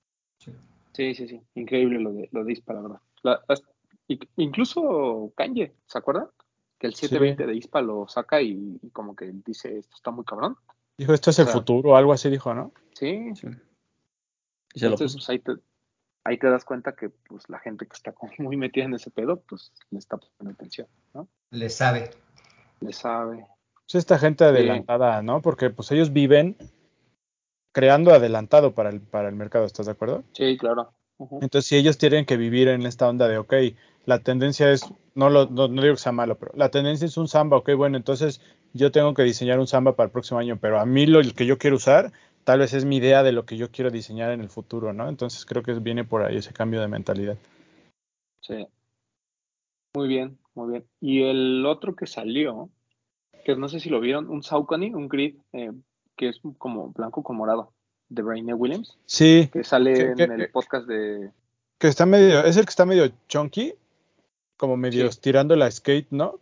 Sí, sí, sí, increíble lo de, lo de Ispa, la verdad. La- las- y- incluso Kanye, ¿se acuerdan? Que el Sí, setecientos veinte de Ispa lo saca y, y como que dice, esto está muy cabrón. dijo, esto es O el sea, futuro, o algo así dijo, ¿no? sí, Sí. Y se lo entonces puso. pues ahí te, ahí te das cuenta que pues la gente que está como muy metida en ese pedo, pues le está poniendo atención, ¿no? Le sabe. Le sabe. Pues esta gente Sí, adelantada, ¿no? Porque pues ellos viven creando adelantado para el, para el mercado, ¿estás de acuerdo? sí, claro. Ujú. Entonces, si ellos tienen que vivir en esta onda de, ok, la tendencia es, no, lo, no, no digo que sea malo, pero la tendencia es un samba, ok, bueno, entonces yo tengo que diseñar un samba para el próximo año, pero a mí lo el que yo quiero usar, tal vez es mi idea de lo que yo quiero diseñar en el futuro, ¿no? Entonces creo que viene por ahí ese cambio de mentalidad. Sí, muy bien, muy bien. Y el otro que salió, que no sé si lo vieron, un Saucony, un grid, eh, que es como blanco con morado, de Brainy Williams, Sí, que sale que, en que, el podcast de... que está medio, es el que está medio chunky, como medio Sí. estirando la skate, ¿no?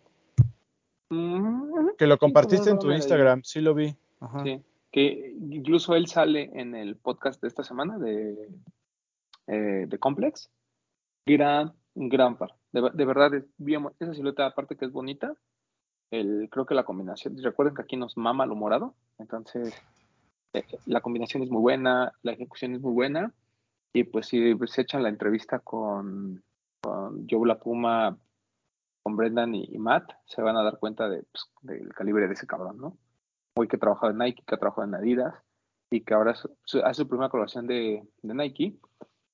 Mm, Que lo sí, con un compartiste en tu runner ahí. Instagram, sí lo vi. Ajá. Sí. Que incluso él sale en el podcast de esta semana de, eh, de Complex. Gran, gran par. De, de verdad, es bien, esa silueta aparte que es bonita, el, creo que la combinación, recuerden que aquí nos mama lo morado, entonces eh, la combinación es muy buena, la ejecución es muy buena, y pues si se echan la entrevista con, con Joe La Puma, con Brendan y, y Matt, se van a dar cuenta de, pues, del calibre de ese cabrón, ¿no? Muy que ha trabajado en Nike, que ha trabajado en Adidas, y que ahora es, su- hace su primera colaboración de, de Nike,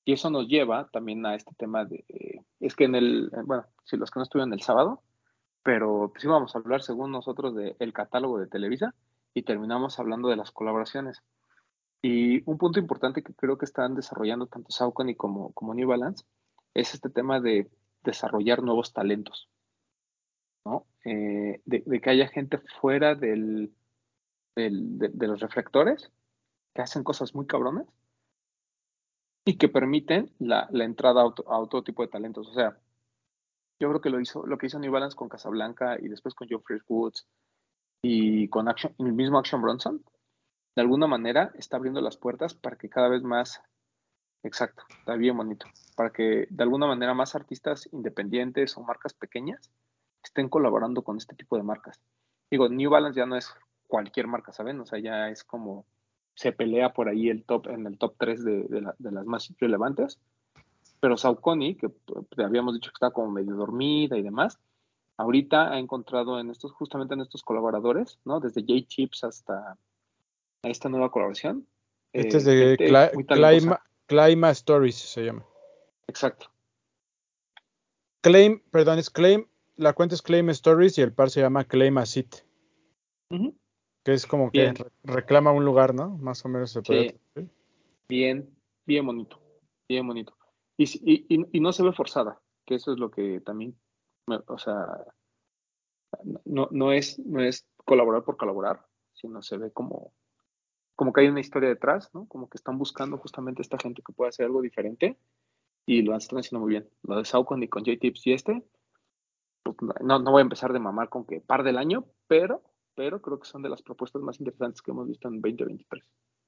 Y eso nos lleva también a este tema de, eh, es que en el, eh, bueno, si los que no estuvieron el sábado, pero pues íbamos a hablar según nosotros del catálogo de Televisa y terminamos hablando de las colaboraciones. Y un punto importante que creo que están desarrollando tanto Saucony como, como New Balance es este tema de desarrollar nuevos talentos, ¿no? Eh, de, de que haya gente fuera del, del- de, de los reflectores que hacen cosas muy cabronas y que permiten la, la entrada a, otro- a otro tipo de talentos. O sea, yo creo que lo hizo, lo que hizo New Balance con Casablanca y después con Geoffrey Woods y con Action, el mismo Action Bronson, de alguna manera está abriendo las puertas para que cada vez más, exacto, está bien bonito, para que de alguna manera más artistas independientes o marcas pequeñas estén colaborando con este tipo de marcas. Digo, New Balance ya no es cualquier marca, ¿saben? O sea, ya es como se pelea por ahí el top, en el top tres de, de, la, de las más relevantes, pero Saucony, que te habíamos dicho que está como medio dormida y demás, ahorita ha encontrado en estos, justamente en estos colaboradores, ¿no? Desde J-Chips hasta esta nueva colaboración, Este es eh, de gente Cla- muy Clima, talentosa. Clima Stories, se llama. Exacto. Claim, perdón, es Claim, la cuenta es Claim Stories y el par se llama Claim a Seat, Ujú. que es como que Bien, re- reclama un lugar, ¿no? Más o menos se podría sí, traducir. bien, bien bonito, bien bonito. Y, si- y, y- y no se ve forzada, que eso es lo que también, me- o sea, no, no es, no es colaborar por colaborar, sino se ve como, como que hay una historia detrás, ¿no? Como que están buscando justamente esta gente que pueda hacer algo diferente y lo están haciendo muy bien. Lo de Saucony con J-Tips y este, pues, no, no voy a empezar de mamar con que par del año, pero, pero creo que son de las propuestas más interesantes que hemos visto en veinte veintitrés.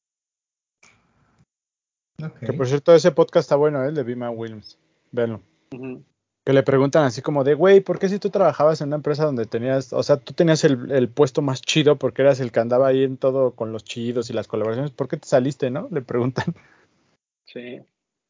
Que por Ok. cierto, ese podcast está bueno, ¿eh? El de Bima Williams. Véanlo. Ujú. Que le preguntan así como de, güey, ¿por qué si tú trabajabas en una empresa donde tenías, o sea, tú tenías el, el puesto más chido porque eras el que andaba ahí en todo con los chidos y las colaboraciones, ¿por qué te saliste, no? Le preguntan. Sí,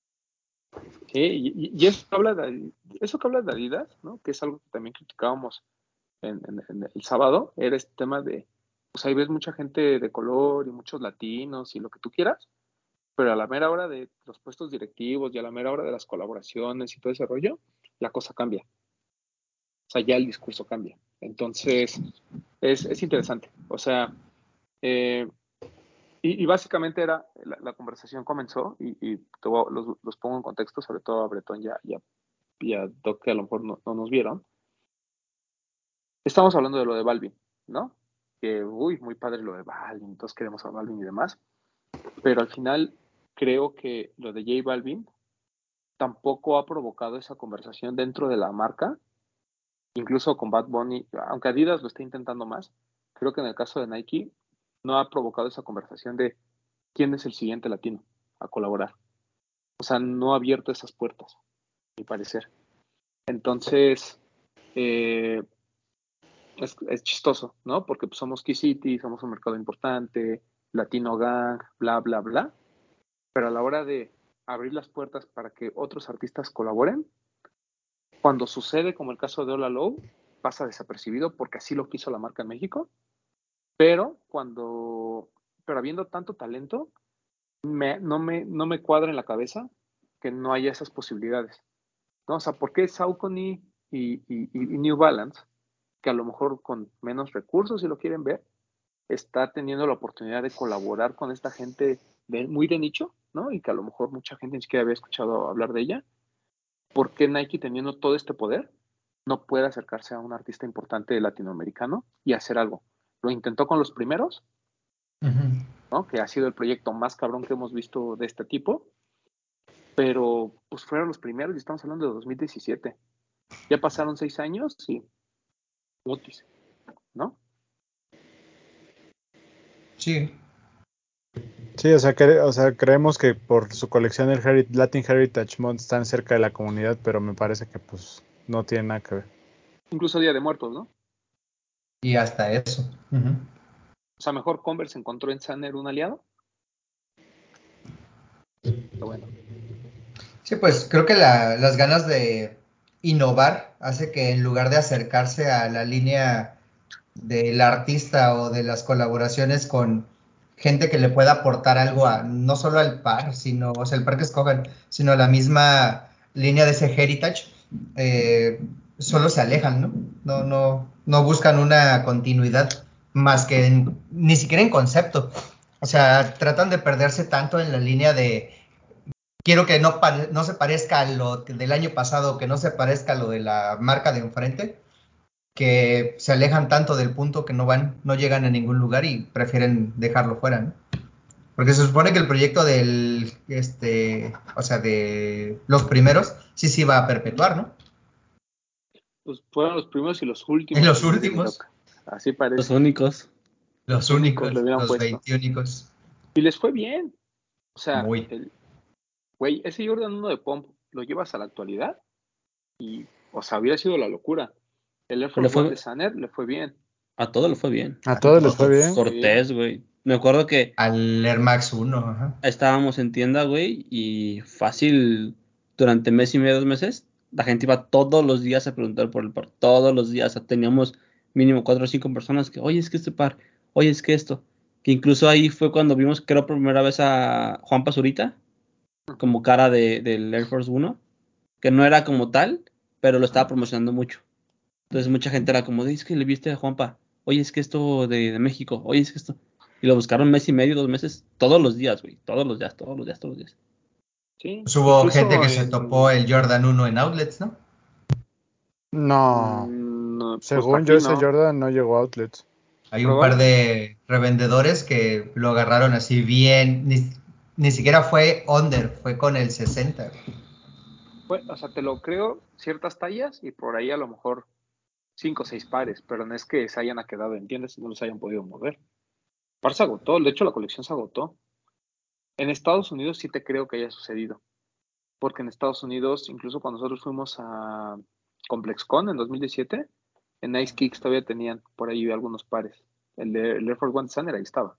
sí, y, y eso, habla de, eso que habla de Adidas, ¿no? Que es algo que también criticábamos en, en- en el sábado, era este tema de, pues ahí ves mucha gente de color y muchos latinos y lo que tú quieras, pero a la mera hora de los puestos directivos y a la mera hora de las colaboraciones y todo ese rollo, la cosa cambia. O sea, ya el discurso cambia. Entonces, es, es interesante. O sea, eh, y, y básicamente era, la, la conversación comenzó, y, y te voy a- los, los pongo en contexto, sobre todo a Bretón ya, ya, y a Doc, que a lo mejor no, no nos vieron. Estamos hablando de lo de Balvin, ¿no? Que, uy, muy padre lo de Balvin, todos queremos a Balvin y demás, pero al final creo que lo de J Balvin tampoco ha provocado esa conversación dentro de la marca, incluso con Bad Bunny, aunque Adidas lo está intentando más, creo que en el caso de Nike no ha provocado esa conversación de quién es el siguiente latino a colaborar. O sea, no ha abierto esas puertas, a mi parecer. Entonces, eh, es, es chistoso, ¿no? Porque pues, somos Key City, somos un mercado importante, Latino Gang, bla, bla, bla. Pero a la hora de abrir las puertas para que otros artistas colaboren, cuando sucede, como el caso de Ola Low, pasa desapercibido porque así lo quiso la marca en México. Pero cuando, pero habiendo tanto talento, me, no, me, no me cuadra en la cabeza que no haya esas posibilidades, ¿no? O sea, ¿por qué Saucony y, y, y New Balance, que a lo mejor con menos recursos, si lo quieren ver, está teniendo la oportunidad de colaborar con esta gente de, muy de nicho, ¿no? Y que a lo mejor mucha gente ni siquiera había escuchado hablar de ella? ¿Por qué Nike, teniendo todo este poder, no puede acercarse a un artista importante latinoamericano y hacer algo? Lo intentó con los primeros, Ujú. ¿no? Que ha sido el proyecto más cabrón que hemos visto de este tipo, pero pues fueron los primeros y estamos hablando de dos mil diecisiete. Ya pasaron seis años y mutis, ¿no? Sí. Sí, o sea, cre- o sea, creemos que por su colección el Heri- Latin Heritage Month están cerca de la comunidad, pero me parece que pues no tiene nada que ver. Incluso Día de Muertos, ¿no? Y hasta eso. Ujú. O sea, mejor Converse encontró en Sanner un aliado. Pero bueno, Sí, pues creo que la- las ganas de innovar hace que en lugar de acercarse a la línea del artista o de las colaboraciones con gente que le pueda aportar algo a, no solo al par, sino, o sea, el par que escojan, sino a la misma línea de ese heritage, eh, solo se alejan, ¿no? No, no, no buscan una continuidad más que en, ni siquiera en concepto. O sea, tratan de perderse tanto en la línea de quiero que no, pare, no se parezca a lo del año pasado, que no se parezca a lo de la marca de enfrente, que se alejan tanto del punto que no van, no llegan a ningún lugar y prefieren dejarlo fuera, ¿no? Porque se supone que el proyecto del, este, o sea, de los primeros, sí se iba a perpetuar, ¿no? Pues fueron los primeros y los últimos. En los últimos. Así parece. Los únicos. Los, los únicos, únicos los puesto. veintiúnicos. Y les fue bien. O sea, Muy. el, güey, ese Jordan uno de Pump lo llevas a la actualidad y, o sea, hubiera sido la locura. El Air Force fue, One de Saner le fue bien. A todos le fue bien. A todos les fue bien. Cortés, güey. Me acuerdo que... Al Air Max uno, ajá. Estábamos en tienda, güey, y fácil, durante mes y medio, dos meses, la gente iba todos los días a preguntar por el par. Todos los días. Teníamos mínimo cuatro o cinco personas que, oye, es que este par, oye, es que esto. Que incluso ahí fue cuando vimos, creo, por primera vez a Juan Pazurita, como cara de, del Air Force One, que no era como tal, pero lo estaba promocionando mucho. Entonces mucha gente era como, es que le viste a Juanpa, oye, es que esto de, de México, oye, es que esto. Y lo buscaron mes y medio, dos meses, todos los días, güey, todos los días, todos los días, todos los días. Sí, pues hubo gente que en... se topó el Jordan uno en outlets, ¿no? No. Mm, no pues Según yo, ese no. Jordan no llegó a outlets. Hay un par de revendedores que lo agarraron así bien, ni, ni siquiera fue under, fue con el sesenta. Pues, o sea, te lo creo ciertas tallas y por ahí a lo mejor cinco o seis pares, pero no es que se hayan quedado en tiendas y no los hayan podido mover. Par se agotó, de hecho la colección se agotó. En Estados Unidos sí te creo que haya sucedido, porque en Estados Unidos, incluso cuando nosotros fuimos a ComplexCon en dos mil diecisiete, en Ice Kicks todavía tenían por ahí algunos pares. El de el Air Force One Sander ahí estaba.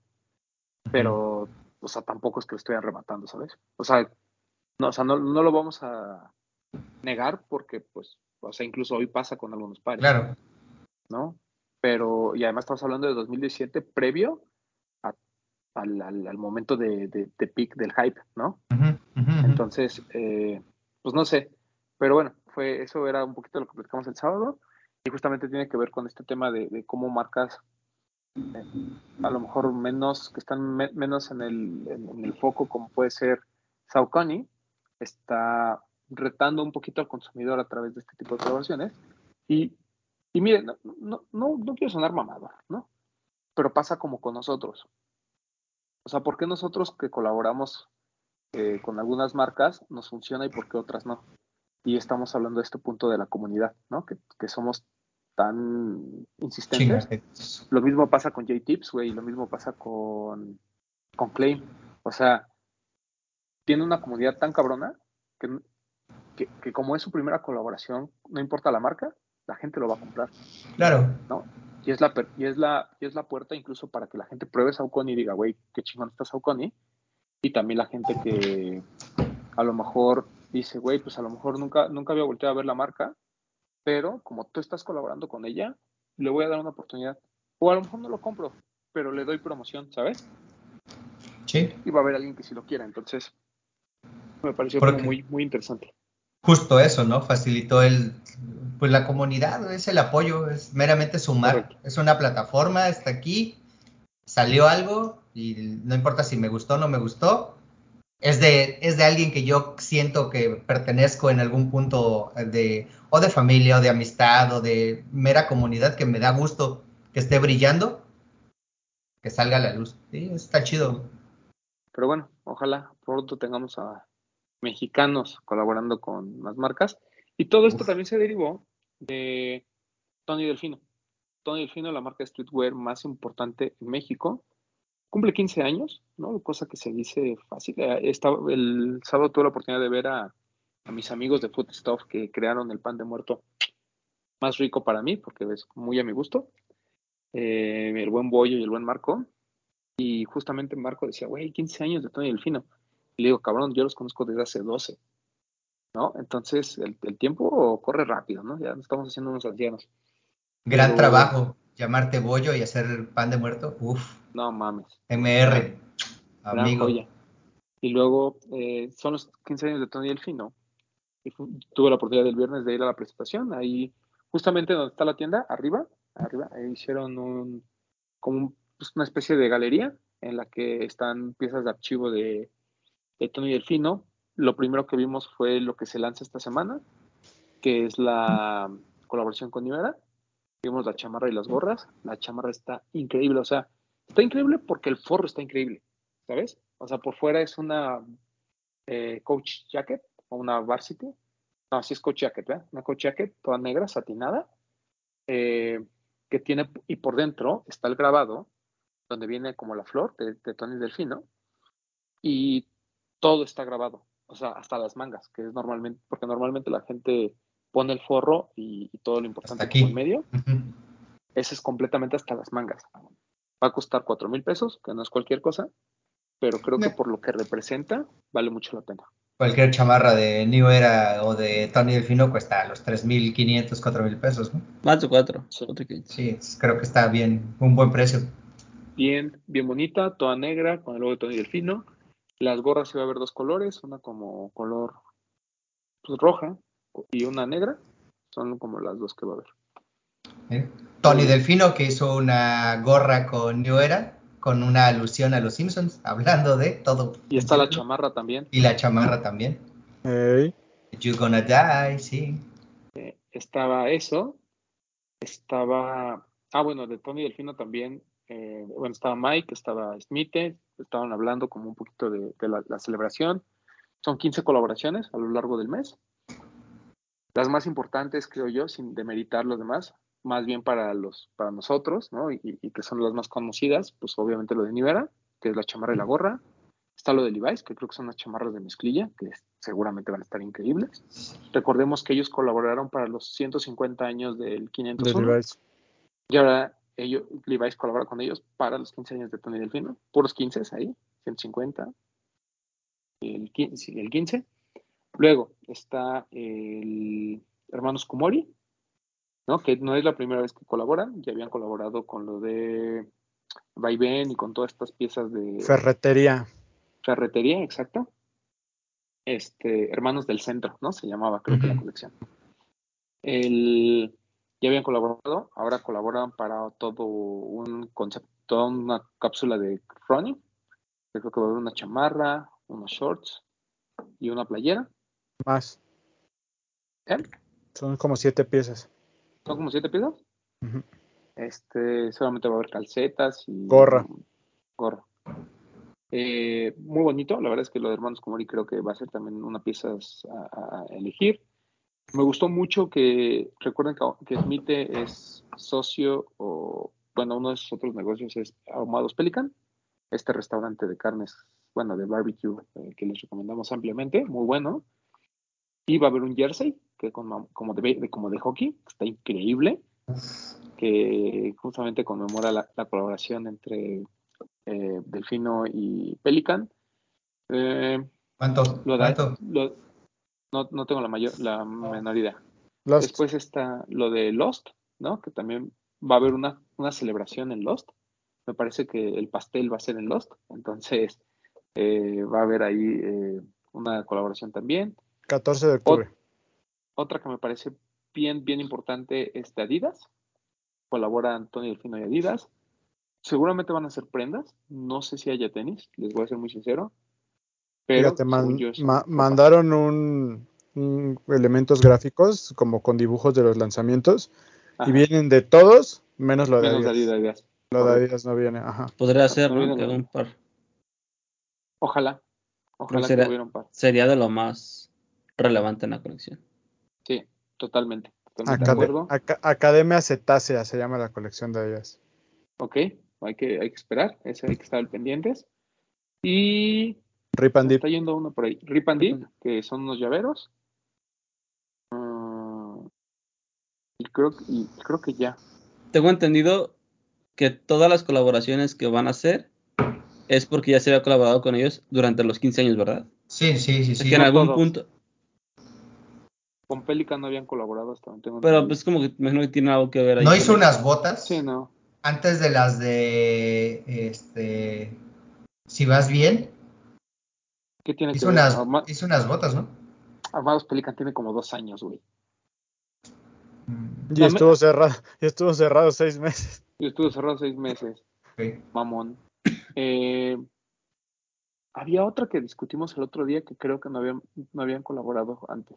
Pero, o sea, tampoco es que lo estoy arrebatando, ¿sabes? O sea, no, o sea, no, no lo vamos a negar porque, pues, o sea, incluso hoy pasa con algunos pares. Claro. ¿No? Pero, y además estamos hablando de dos mil diecisiete previo a, al, al, al, momento de, de, de peak del hype, ¿no? Uh-huh, uh-huh. Entonces, eh, pues no sé, pero bueno, fue, eso era un poquito lo que platicamos el sábado y justamente tiene que ver con este tema de, de cómo marcas eh, a lo mejor menos, que están me, menos en el, en, en el foco, como puede ser Saucony, está retando un poquito al consumidor a través de este tipo de colaboraciones y Y miren, no, no, no, no quiero sonar mamado, ¿no? Pero pasa como con nosotros. O sea, ¿por qué nosotros que colaboramos eh, con algunas marcas nos funciona y por qué otras no? Y estamos hablando de este punto de la comunidad, ¿no? Que, que somos tan insistentes. Chingates. Lo mismo pasa con J-Tips, güey, y lo mismo pasa con, con Claim. O sea, tiene una comunidad tan cabrona que, que, que como es su primera colaboración, no importa la marca, la gente lo va a comprar. Claro. ¿No? Y es la, y es la, y es la puerta incluso para que la gente pruebe Saucony y diga, güey, qué chingón está Saucony. Y también la gente que a lo mejor dice, güey, pues a lo mejor nunca, nunca había volteado a ver la marca, pero como tú estás colaborando con ella, le voy a dar una oportunidad. O a lo mejor no lo compro, pero le doy promoción, ¿sabes? Sí. Y va a haber alguien que sí lo quiera. Entonces, me pareció Porque como muy, muy interesante. Justo eso, ¿no? Facilitó el, pues la comunidad, es el apoyo, es meramente sumar. Correcto. Es una plataforma, está aquí, salió algo y no importa si me gustó o no me gustó. Es de, es de alguien que yo siento que pertenezco en algún punto de, o de familia, o de amistad, o de mera comunidad que me da gusto que esté brillando, que salga a la luz. Sí, está chido. Pero bueno, ojalá pronto tengamos a mexicanos colaborando con más marcas. Y todo esto Uf. también se derivó de Tony Delfino. Tony Delfino, la marca de streetwear más importante en México, cumple quince años, ¿no? Cosa que se dice fácil. Estaba, el sábado tuve la oportunidad de ver a, a mis amigos de Food Stuff que crearon el pan de muerto más rico para mí, porque es muy a mi gusto. Eh, el buen Bollo y el buen Marco. Y justamente Marco decía, güey, quince años de Tony Delfino. Y le digo, cabrón, yo los conozco desde hace doce, ¿no? Entonces, el, el tiempo corre rápido, ¿no? Ya estamos haciendo unos ancianos. Gran Pero, trabajo. llamarte bollo y hacer pan de muerto. Uf, No mames. M R, Gran amigo. joya. Y luego eh, son los quince años de Tony Delfino. Y fu- tuve la oportunidad el viernes de ir a la presentación. Ahí, justamente donde está la tienda, arriba, arriba, ahí hicieron un, como un- pues, una especie de galería en la que están piezas de archivo de, de Tony Delfino. Lo primero que vimos fue lo que se lanza esta semana, que es la colaboración con Nivera. Vimos la chamarra y las gorras. La chamarra está increíble, o sea, está increíble porque el forro está increíble, ¿sabes? O sea, por fuera es una eh, coach jacket o una varsity. No, así es coach jacket, ¿verdad? Una coach jacket toda negra, satinada, eh, que tiene, y por dentro está el grabado, donde viene como la flor de, de Tony Delfino, y todo está grabado, o sea, hasta las mangas, que es normalmente, porque normalmente la gente pone el forro y, y todo lo importante Hasta como aquí. en medio. Ujú. Ese es completamente hasta las mangas. Va a costar cuatro mil pesos, que no es cualquier cosa, pero creo que Me- por lo que representa, vale mucho la pena. Cualquier chamarra de New Era o de Tony Delfino cuesta los tres mil quinientos, cuatro mil pesos, ¿no? Más de cuatro. Sí. cuatro quince. Sí, es- creo que está bien, un buen precio. Bien, bien bonita, toda negra, con el logo de Tony Delfino. Las gorras se va a ver dos colores, una como color pues, roja y una negra. Son como las dos que va a haber. ¿eh? Tony bien. Delfino, que hizo una gorra con New Era, con una alusión a los Simpsons, hablando de todo. Y en está la círculo. chamarra también. Y la chamarra también. Ey. You gonna die, sí. Estaba eso. Estaba. Ah, bueno, de Tony Delfino también. eh, bueno, estaba Mike, estaba Smith. Estaban hablando como un poquito de, de la, la celebración. Son quince colaboraciones a lo largo del mes. Las más importantes, creo yo, sin demeritar los demás, más bien para los para nosotros, ¿no? Y, y que son las más conocidas, pues obviamente lo de Nivera, que es la chamarra y la gorra. Está lo de Levi's, que creo que son las chamarras de mezclilla, que seguramente van a estar increíbles. Recordemos que ellos colaboraron para los ciento cincuenta años del De quinientos uno. Levi's. Y ahora ellos, Levi's colabora con ellos para los quince años de Tony Delfino. Puros quince ahí, ciento cincuenta. El quince, el quince. Luego está el Hermanos Kumori, ¿no? Que no es la primera vez que colaboran, ya habían colaborado con lo de Vaivén y con todas estas piezas de Ferretería. ferretería, exacto. Este, Hermanos del Centro, ¿no? Se llamaba, creo que la Ujú. colección. El, ya habían colaborado, ahora colaboran para todo un concepto, toda una cápsula de running. Yo creo que va a haber una chamarra, unos shorts y una playera. Más. ¿Eh? Son como siete piezas. Son como siete piezas. Ujú. Este, solamente va a haber calcetas y Gorra. gorra. Eh, muy bonito, la verdad es que lo de Hermanos Kumori creo que va a ser también una pieza a, a elegir. Me gustó mucho que, recuerden que, que Smith es socio, o bueno, uno de sus otros negocios es Ahumados Pelican, este restaurante de carnes, bueno, de barbecue, eh, que les recomendamos ampliamente, muy bueno. Y va a haber un jersey, que como, como, de, de, como de hockey, que está increíble, que justamente conmemora la, la colaboración entre eh, Delfino y Pelican. Eh, ¿Cuánto? lo de, ¿Cuánto? lo, no, no tengo la mayor, la menor idea. Lost. Después está lo de Lost, ¿no? Que también va a haber una, una celebración en Lost. Me parece que el pastel va a ser en Lost, entonces eh, va a haber ahí eh, una colaboración también. catorce de octubre. Ot- otra que me parece bien, bien importante es de Adidas. Colaboran Tony Delfino y Adidas. Seguramente van a ser prendas. No sé si haya tenis, les voy a ser muy sincero. Pero Fíjate, según man- yo son ma- ropa. mandaron un, un elementos gráficos como con dibujos de los lanzamientos Ajá. y vienen de todos menos lo de Menos de Adidas. Adidas. Lo de Correcto. Adidas no viene, ajá. Podría ser, No ¿no? vienen Que haga los- un par. Ojalá. Creo que Ojalá que sería, hubiera un par. sería de lo más relevante en la colección. Sí, totalmente. Totalmente de Acade- acuerdo. Aca- Academia Cetácea se llama la colección de Adidas. Ok, hay que, hay que esperar. Ese hay que estar al pendientes. Y Rip se and me Dip. está yendo uno por ahí. Rip and Dip, que son unos llaveros. Uh, y, creo, y creo que ya. Tengo entendido que todas las colaboraciones que van a hacer es porque ya se había colaborado con ellos durante los quince años, ¿verdad? Sí, sí, sí, Es sí. que en No algún todos. punto. con Pelican no habían colaborado hasta donde tengo Pero entendido. pues como que me imagino que tiene algo que ver ahí. ¿No con hizo eso. unas botas Sí, no. antes de las de, este, si vas bien? ¿Qué tiene que Hizo ver? unas, Ama- hizo unas botas, ¿no? Amados Pelican tiene como dos años, güey. Mm, Y Dame- estuvo cerrado, y estuvo cerrado seis meses. Yo estuve cerrado seis meses, ok. mamón. Eh, había otra que discutimos el otro día que creo que no habían, no habían colaborado antes.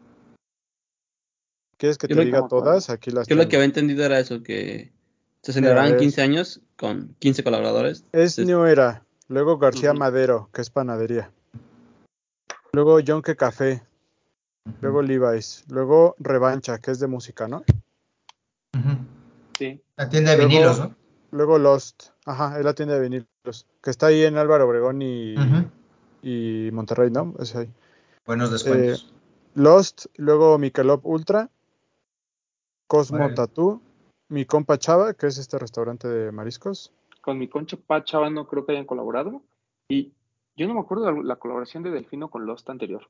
¿Quieres que Yo te lo- diga no me acuerdo. todas? Aquí las Yo lo tengo. que había entendido era eso, que se Mira, celebraban es- quince años con quince colaboradores. Es Entonces, New Era, luego García Ujú. Madero, que es panadería. Luego Yonke Café, luego Levi's, luego Revancha, que es de música, ¿no? Ujú. Sí. La tienda de Luego, vinilos, ¿no? luego Lost, ajá, es la tienda de vinilos, que está ahí en Álvaro Obregón y, Ujú. y Monterrey, ¿no? Es ahí. Buenos Eh, descuentos. Lost, luego Michelob Ultra, Cosmo Órale. Tattoo, mi compa Chava, que es este restaurante de mariscos. Con mi concha Pachava no creo que hayan colaborado. Y yo no me acuerdo de la colaboración de Delfino con Lost anterior.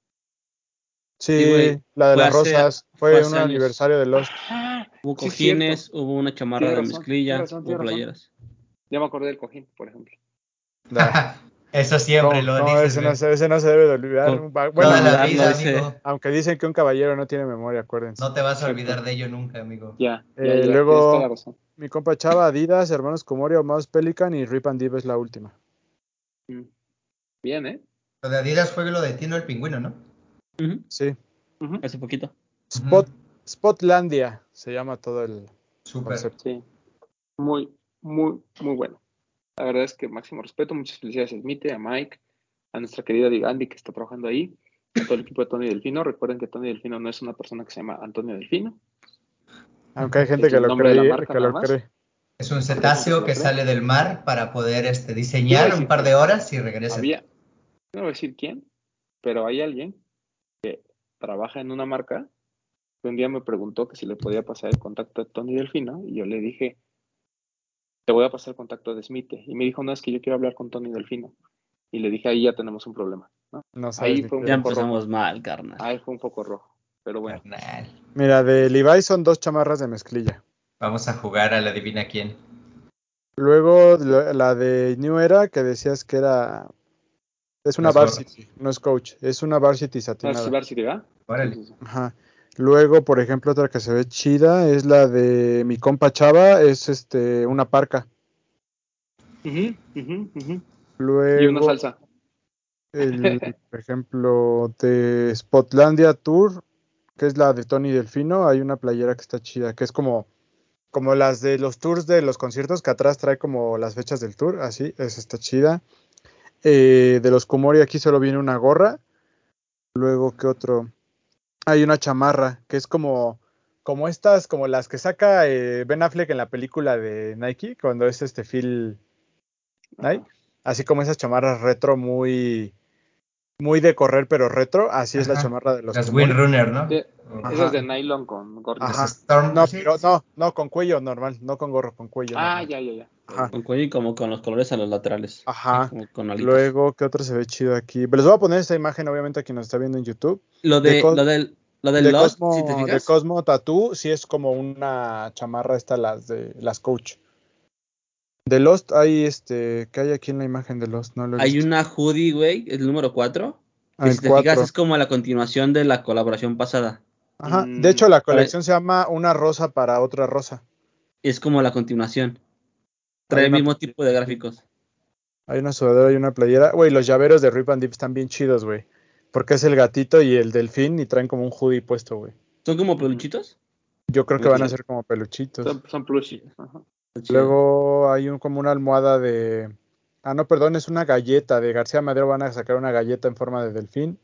sí, güey, Sí, la de fue las hace, rosas, fue fue un hace años. aniversario de Lost. Ah, Hubo sí, es cierto. cojines, hubo una chamarra Tiene de razón, tiene mezclilla, razón, hubo tiene razón. playeras. Ya me acordé del cojín, por ejemplo. Da. Eso siempre ¿Cómo, lo cómo dices, ese, no güey. se, ese no se debe de olvidar? ¿Cómo, Un ba- cómo Toda Bueno, la olvidarlo? vida, Ese, amigo. aunque dicen que un caballero no tiene memoria, acuérdense. No te vas a Exacto. olvidar de ello nunca, amigo. Ya, ya, Eh, ya, tienes toda la luego, razón. mi compa Chava, Adidas, Hermanos Comorio, Mouse Pelican y Rip and Dip es la última. Mm. Bien, ¿eh? Lo de Adidas fue lo de Tino el Pingüino, ¿no? ujú, Sí. Ujú. hace poquito. Spot, Ujú. Spotlandia se llama todo el Súper. concepto. Sí, muy, muy, muy bueno. La verdad es que máximo respeto, muchas felicidades a Smith, a Mike, a nuestra querida Digandi que está trabajando ahí, a todo el equipo de Tony Delfino. Recuerden que Tony Delfino no es una persona que se llama Antonio Delfino, Aunque hay gente es que el lo nombre de la cree, marca que nada lo más. cree. Es un Aunque hay gente que cetáceo lo que cree. sale del mar para poder este, Yo iba a diseñar decir un par que de horas y regresa. había, no voy a decir quién, pero hay alguien que trabaja en una marca que un día me preguntó que si le podía pasar el contacto de Tony Delfino y yo le dije, te voy a pasar el contacto de Smith. Y me dijo, no, es que yo quiero hablar con Tony Delfino. Y le dije, ahí ya tenemos un problema, ¿no? No sabes Ahí ni fue un qué Ya poco es. rojo. empezamos mal, carnal. Ahí fue un poco rojo. Pero bueno, Carnal. Mira, de Levi's son dos chamarras de mezclilla. Vamos a jugar a la adivina quién. Luego lo- la de New Era, que decías que era... Es una Las gorras. varsity, no es coach, es una varsity ¿no es satinada. Varsity, ¿verdad? Sí, Órale. sí, sí. Ajá. Luego, por ejemplo, otra que se ve chida es la de mi compa Chava, es este una parca. Ujú, ujú, ujú. Y una Luego, salsa. el, por ejemplo, de Spotlandia Tour, que es la de Tony Delfino, hay una playera que está chida, que es como, como las de los tours de los conciertos, que atrás trae como las fechas del tour, así, esa está chida. Eh, de los Kumori aquí solo viene una gorra. Luego, ¿qué otro? Hay una chamarra, que es como, como estas, como las que saca eh, Ben Affleck en la película de Nike, cuando es este Phil Knight. Ajá. Así como esas chamarras retro muy, muy de correr, pero retro, así es la Ajá. chamarra de los Las Kumori. Windrunner, ¿no? Sí, O- esas Ajá. de nylon con gorrito. Las Ajá. Storm. No, Sí, pero sí. no, no, con cuello normal, no con gorro, con cuello Ah, normal. ya, ya, ya. ya, Ajá. ya. Con cuello y como con los colores a los laterales. Ajá. Como con alitas. Luego, ¿qué otro se ve chido aquí? Les voy a poner esta imagen, obviamente, a quien nos está viendo en YouTube. Lo De, de, Co- lo del, lo del de Lost, si te Cosmo, de fijas, Cosmo Tattoo, sí es como una chamarra esta, las de las Coach. De Lost hay este, ¿qué hay aquí en la imagen de Lost? No lo he hay visto. una hoodie, güey, el número cuatro, Ah, que si el te fijas cuatro. es como la continuación de la colaboración pasada. Ajá. De Mm, hecho, la Para- colección se llama Una rosa para otra rosa. es como la continuación. Hay Trae el una mismo playera tipo de aquí. gráficos. Hay una sudadera y una playera. Güey, los llaveros de Rip and Dip están bien chidos, güey. Porque es el gatito y el delfín y traen como un hoodie puesto, güey. ¿Son como ujú. peluchitos? Yo creo que Puede van a ser. ser como peluchitos. Son, son plushies. Ajá. Está chido. Luego hay un, como una almohada de... Ah, no, perdón, es una galleta. De García Madero van a sacar una galleta en forma de delfín.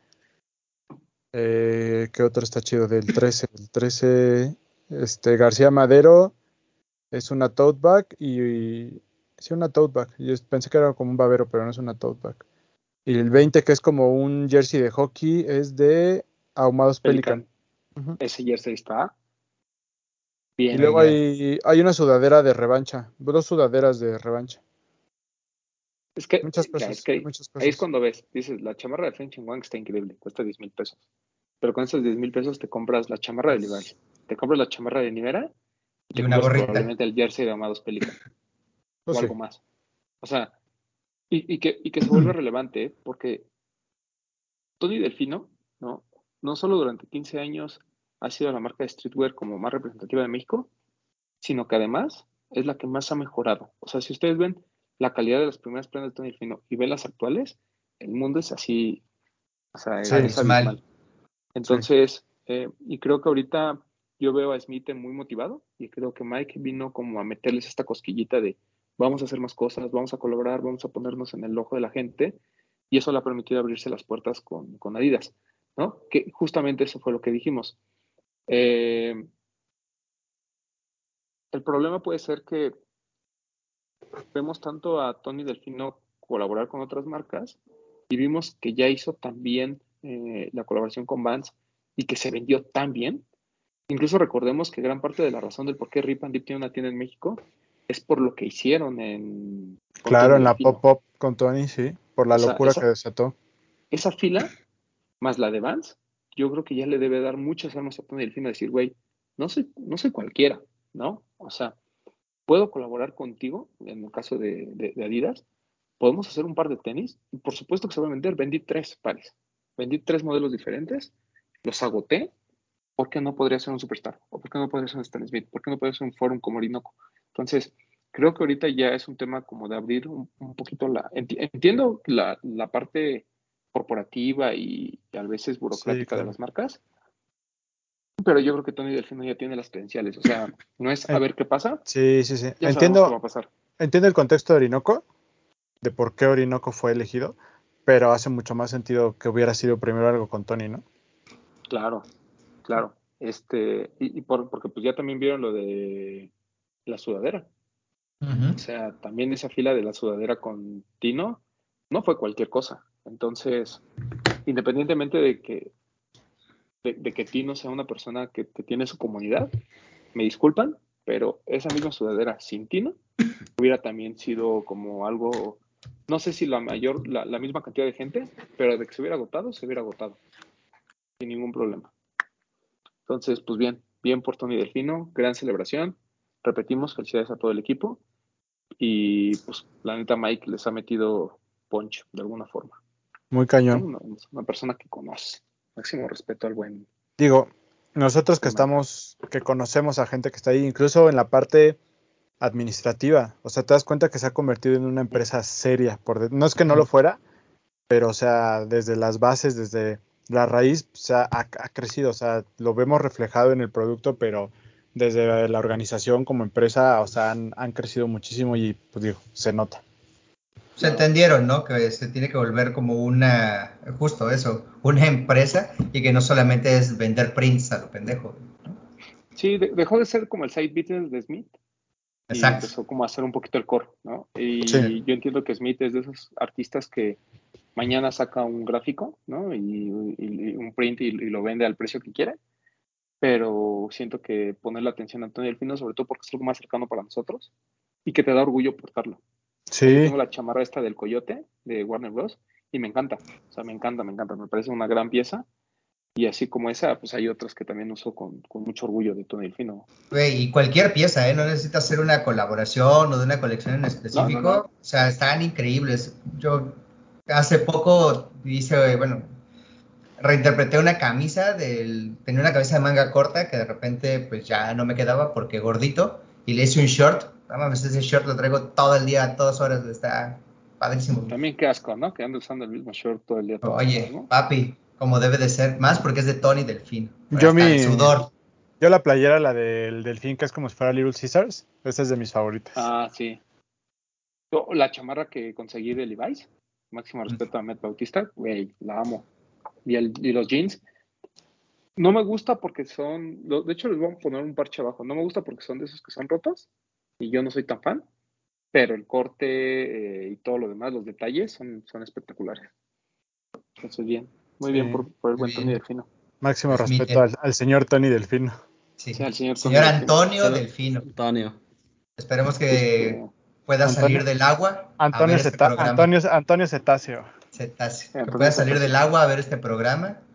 Eh, ¿qué otro está chido? Del trece. El trece, este, García Madero es una tote bag y... y- sí, una tote bag. Yo pensé que era como un babero, pero no es una tote bag. Y el veinte, que es como un jersey de hockey, es de Ahumados Pelican. Pelican. Ujú. Ese jersey está Y bien. Muy luego bien. hay, hay una sudadera de revancha. Dos sudaderas de revancha. Es que, Muchas ya, es cosas, que hay ahí, muchas ahí es cosas. cuando ves, dices, la chamarra de French and Wang está increíble, cuesta diez mil pesos. pero con esos diez mil pesos te compras la chamarra de Levi's, te compras la chamarra de Nivera y te Y una compras gorrita. probablemente el jersey de Amados Pelican Pues o sí. algo más. O sea, y, y, que, y que se vuelve relevante, ¿eh? Porque Tony Delfino, ¿no? No solo durante quince años ha sido la marca de streetwear como más representativa de México, sino que además es la que más ha mejorado. O sea, si ustedes ven la calidad de las primeras prendas de Tony Delfino y ven las actuales, el mundo es así, o sea, Sí. es abismal. Abismal. Entonces, eh, y creo que ahorita yo veo a Smith muy motivado y creo que Mike vino como a meterles esta cosquillita de vamos a hacer más cosas, vamos a colaborar, vamos a ponernos en el ojo de la gente y eso le ha permitido abrirse las puertas con, con Adidas, ¿no? Que justamente eso fue lo que dijimos. Eh, el problema puede ser que vemos tanto a Tony Delfino colaborar con otras marcas y vimos que ya hizo también eh, la colaboración con Vans y que se vendió tan bien. Incluso recordemos que gran parte de la razón del por qué Rip and Dip tiene una tienda en México es por lo que hicieron en con Claro, Tony en la Delfino. pop-up con Tony, sí, por la O sea, locura que esa, desató. esa fila más la de Vans, yo creo que ya le debe dar muchas armas a Tony Delfino a decir, güey, no soy, no soy cualquiera, ¿no? O sea, puedo colaborar contigo, en el caso de, de, de Adidas, podemos hacer un par de tenis, y por supuesto que se va a vender, vendí tres pares, vendí tres modelos diferentes, los agoté, ¿por qué no podría ser un Superstar? ¿O por qué no podría ser un Stan Smith? ¿Por qué no podría ser un Forum como Orinoco? Entonces, creo que ahorita ya es un tema como de abrir un, un poquito la... Enti, entiendo la, la parte corporativa y, y a veces burocrática Sí, de claro. las marcas, pero yo creo que Tony Delfino ya tiene las credenciales. O sea, no es a En- ver qué pasa, sí, sí, sí. ya sabemos qué va Entiendo, a pasar. entiendo el contexto de Orinoco, de por qué Orinoco fue elegido, pero hace mucho más sentido que hubiera sido primero algo con Tony, ¿no? Claro, claro. Este, y, y por, porque pues ya también vieron lo de la sudadera. Uh-huh. O sea, también esa fila de la sudadera con Tino no fue cualquier cosa. Entonces, independientemente de que, de, de que Tino sea una persona que, que tiene su comunidad, me disculpan, pero esa misma sudadera sin Tino hubiera también sido como algo, no sé si la mayor, la, la misma cantidad de gente, pero de que se hubiera agotado, se hubiera agotado, sin ningún problema. Entonces, pues bien, bien por Tony Delfino, gran celebración. Repetimos, felicidades a todo el equipo. Y pues la neta Mike les ha metido punch de alguna forma, Muy ¿no? cañón. Una, una persona que conoce. Máximo respeto al buen, Digo, nosotros que buen Mike. estamos, que conocemos a gente que está ahí, incluso en la parte administrativa, o sea, te das cuenta que se ha convertido en una empresa seria, por de- no es que no lo fuera, pero o sea, desde las bases, desde la raíz, o sea, ha, ha crecido, o sea, lo vemos reflejado en el producto, pero desde la organización como empresa, o sea, han, han crecido muchísimo y pues digo, se nota. Se entendieron, ¿no? Que se tiene que volver como una, justo eso, una empresa y que no solamente es vender prints a lo pendejo, ¿no? Sí, de, dejó de ser como el side business de Smith y Exacto. empezó como a hacer un poquito el core, ¿no? Y Sí. yo entiendo que Smith es de esos artistas que mañana saca un gráfico, ¿no? Y, y, y un print y, y lo vende al precio que quiere, pero siento que poner la atención a Antonio Delfino, sobre todo porque es algo más cercano para nosotros y que te da orgullo portarlo. O sea, yo Sí, tengo la chamarra esta del Coyote de Warner Bros. Y me encanta. O sea, me encanta, me encanta. Me parece una gran pieza. Y así como esa, pues hay otras que también uso con, con mucho orgullo de Tony Delfino. Güey, y cualquier pieza, ¿eh? No necesitas hacer una colaboración o de una colección en No, no, no. específico. O sea, están increíbles. Yo hace poco hice, bueno, reinterpreté una camisa del, tenía una camisa de manga corta que de repente pues ya no me quedaba porque gordito y le hice un short. No mames, ese short lo traigo todo el día, a todas horas, está padrísimo. También qué asco, ¿no? Que ando usando el mismo short todo el día, todas horas, Oye, ¿no? papi, como debe de ser, más porque es de Tony Delfino, yo hasta el mi, sudor. yo la playera, la del delfín, que es como si fuera Little Caesars, esa es de mis favoritas. Ah, sí. Yo, la chamarra que conseguí de Levi's, máximo respeto a Matt Bautista, güey, la amo. Y, el, y los jeans, no me gusta porque son, lo- de hecho les voy a poner un parche abajo, no me gusta porque son de esos que son rotos y yo no soy tan fan, pero el corte eh, y todo lo demás, los detalles son, son espectaculares. Entonces, bien, muy bien Sí, por, por el Muy buen Tony bien, Delfino. máximo pues respeto Miquel, al, al señor Tony Delfino. Sí, sí. al señor Tony Señor Delfino. Antonio Señor Delfino, Antonio. esperemos que Este, pueda salir Antonio, del agua a ver Antonio, este Ceta- programa. Antonio, Antonio Cetáceo. Cetáceo. Que Antonio pueda salir del Cetáceo. agua a ver este programa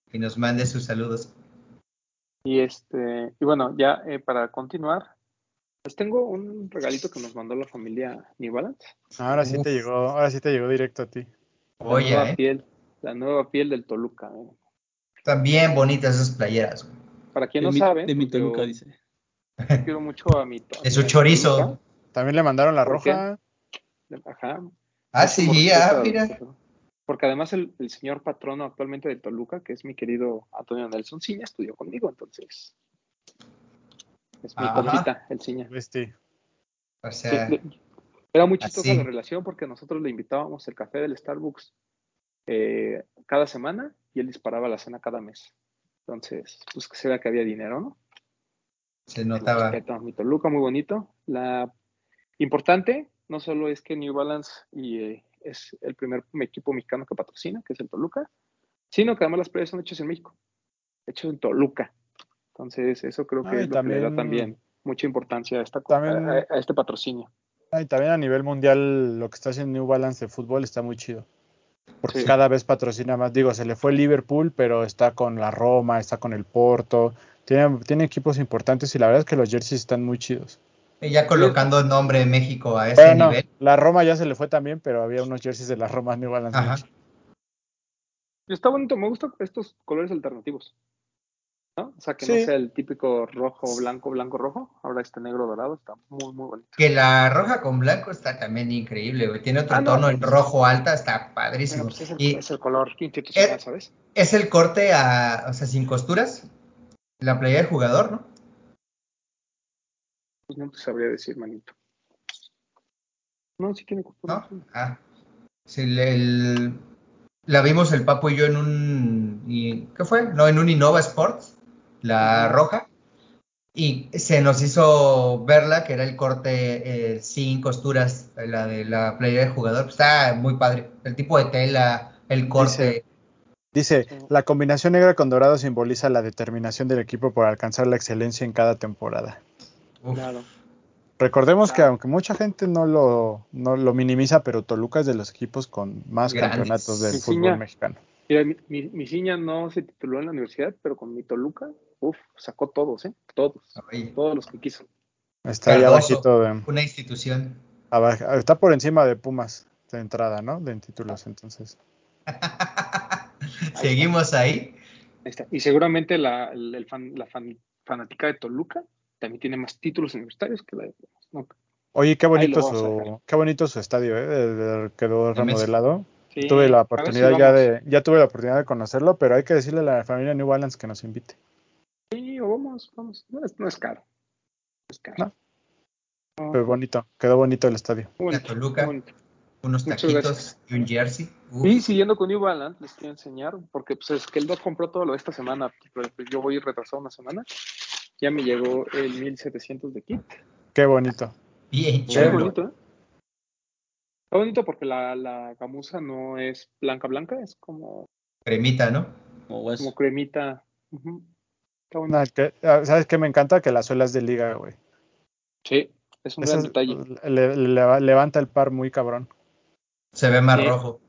y nos mande sus saludos. Y este, y bueno, ya eh, para continuar, les tengo un regalito que nos mandó la familia New Balance. Ahora sí te Uf. llegó, ahora sí te llegó directo a ti. La Oye, nueva ¿eh? piel, la nueva piel del Toluca. ¿eh? Están bien bonitas esas playeras, güey. Para quien De no mi, sabe, de mi pues Toluca, yo dice. quiero mucho a mi, a De mi, su a mi chorizo. Toluca. También le mandaron la ¿Por qué? roja. Ajá. Ah, Máximo sí, respeto ah, al- mira. Porque además el, el señor patrono actualmente de Toluca, que es mi querido Antonio Nelson Ciña, estudió conmigo, entonces es mi Ajá. compita, el Ciña. Viste. O Sí, sea, de- era muy chistosa la así. relación porque nosotros le invitábamos el café del Starbucks eh, cada semana y él disparaba la cena cada mes. Entonces, pues que se vea que había dinero, ¿no? Se Mi notaba. respeto a mi Toluca, muy bonito. La importante no solo es que New Balance y, eh, es el primer equipo mexicano que patrocina, que es el Toluca, sino que además las playas son hechas en México, hechas en Toluca. Entonces, eso creo que Ah, y es lo que le da también, también mucha importancia a, esta, a, también, a este patrocinio. ah, y también a nivel mundial lo que está haciendo New Balance de fútbol está muy chido. Porque Sí. cada vez patrocina más. Digo, se le fue Liverpool, pero está con la Roma, está con el Porto. Tiene, tiene equipos importantes y la verdad es que los jerseys están muy chidos. Y ya colocando el nombre de México a ese Bueno, no, nivel. la Roma ya se le fue también, pero había unos jerseys de la Roma New Balance muy Ajá. chidos. Y está bonito, me gustan estos colores alternativos, ¿no? O sea, que no Sí, sea el típico rojo, blanco, blanco, rojo. Ahora este negro dorado está muy, muy bonito. Que la roja con blanco está también increíble, güey. Tiene otro Ah, no, tono pero en pues, rojo alta, está bueno, padrísimo. pues es el, Y es el color institucional, es, ¿sabes? es el corte a, o sea, sin costuras, la playa del jugador, ¿no? Pues no te sabría decir, manito. No, sí tiene costuras. ¿No? Sí. Ah, sí, el, el- la vimos el Papo y yo en un, y, ¿qué fue? No, en un Innova Sports, la Ujú. roja. Y se nos hizo verla, que era el corte eh, sin costuras, la de la playera del jugador. Pues está muy padre. El tipo de tela, el dice, corte. dice, Sí. la combinación negra con dorado simboliza la determinación del equipo por alcanzar la excelencia en cada temporada. Uf, Claro. Recordemos que Claro. aunque mucha gente no lo, no lo minimiza, pero Toluca es de los equipos con más campeonatos del Mi grandes. fútbol ciña, mexicano. mira, mi, mi, mi ciña no se tituló en la universidad, pero con mi Toluca, uff, sacó todos, ¿eh? Todos. Oye, Todos los que quiso. Está ahí Cardoso, abajito de, una institución. abajo, está por encima de Pumas de entrada, ¿no? De en títulos, entonces. Ahí está. Seguimos ahí. Ahí está. Y seguramente la, el, el fan, la fan, fanática de Toluca también tiene más títulos universitarios que la de Pumas, ¿no? Oye, qué Ahí lo bonito vamos a dejar. su, qué bonito su estadio, ¿eh? De- de- quedó De Messi. remodelado. Sí, Tuve la a ver si oportunidad ya vamos. de, ya tuve la oportunidad de conocerlo, pero hay que decirle a la familia New Balance que nos invite. Sí, o vamos, vamos. No es, no es caro. No es caro. No, No, pero bonito, quedó bonito el estadio. muy La bonito, muy Toluca, bonito. unos Muchas gracias. taquitos y un jersey. Uf, Y siguiendo con New Balance, les quiero enseñar, porque pues es que el Doc compró todo lo de esta semana, pero pues, yo voy retrasado una semana. Ya me llegó el mil setecientos de kit. Qué bonito. bien Muy chulo. bonito, ¿eh? Está bonito porque la, la gamuza no es blanca blanca, es como, Cremita, ¿no? Como como hueso. cremita. Ujú. Está bonito. Nah, que- ah, ¿sabes qué? Me encanta que la suela es de liga, güey. Sí, es un Eso gran es- detalle. le- le- levanta el par muy cabrón. Se ve más Sí. rojo.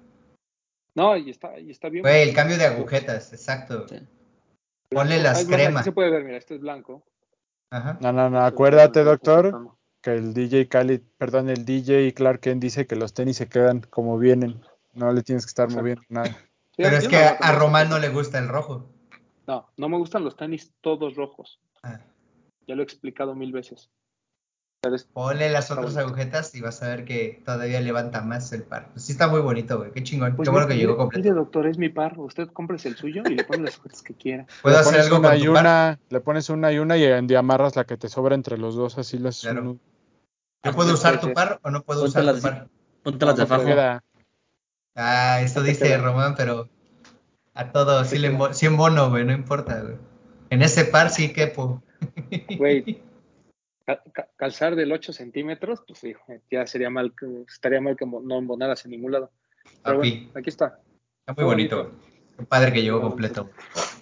No, y está, y está bien. Güey, el porque cambio de agujetas, exacto. Sí. Ponle blanco. Ah, las es más, aquí cremas. se puede ver, mira, este es blanco. Ajá. No, no, no, Este es acuérdate, el doctor, acetano. que el D J Khaled, perdón, el D J Clark Kent dice que los tenis se quedan como vienen. No le tienes que estar Exacto. moviendo nada. Sí, Pero yo es no que le voy a, a a cambiar esa Román no cosa. le gusta el rojo. No, no me gustan los tenis todos rojos. Ah. Ya lo he explicado mil veces. Pero es- Ponle las está otras bonito. agujetas y vas a ver que todavía levanta más el par. Pues sí está muy bonito, güey. Qué chingón. Pues Qué bueno mire, que llegó mire, mire, completo. doctor, es mi par. Usted cómprese el suyo y le pone las sujetas que quiera. ¿Puedo Le hacer pones algo una con y tu par? una, le pones una y una y en- amarras la que te sobra entre los dos, así las Claro. un- ¿Yo Ah, puedo puede usar tu ser. par o no puedo Ponte usar las tu de, par? ponte No, las de no te puede. fajo. queda. Ah, eso No te dice queda. Román, pero a todo, No sí, te le queda. embo- sí en bono, güey, no importa, güey. En ese par sí quepo. Güey, ca- ca- calzar del ocho centímetros, pues hijo, ya sería mal, que- estaría mal que mo- no embonaras en ningún lado. Pero bueno, Papi, aquí está. está muy Está bonito, bonito. güey. Qué padre que llegó Llegó completo. bonito.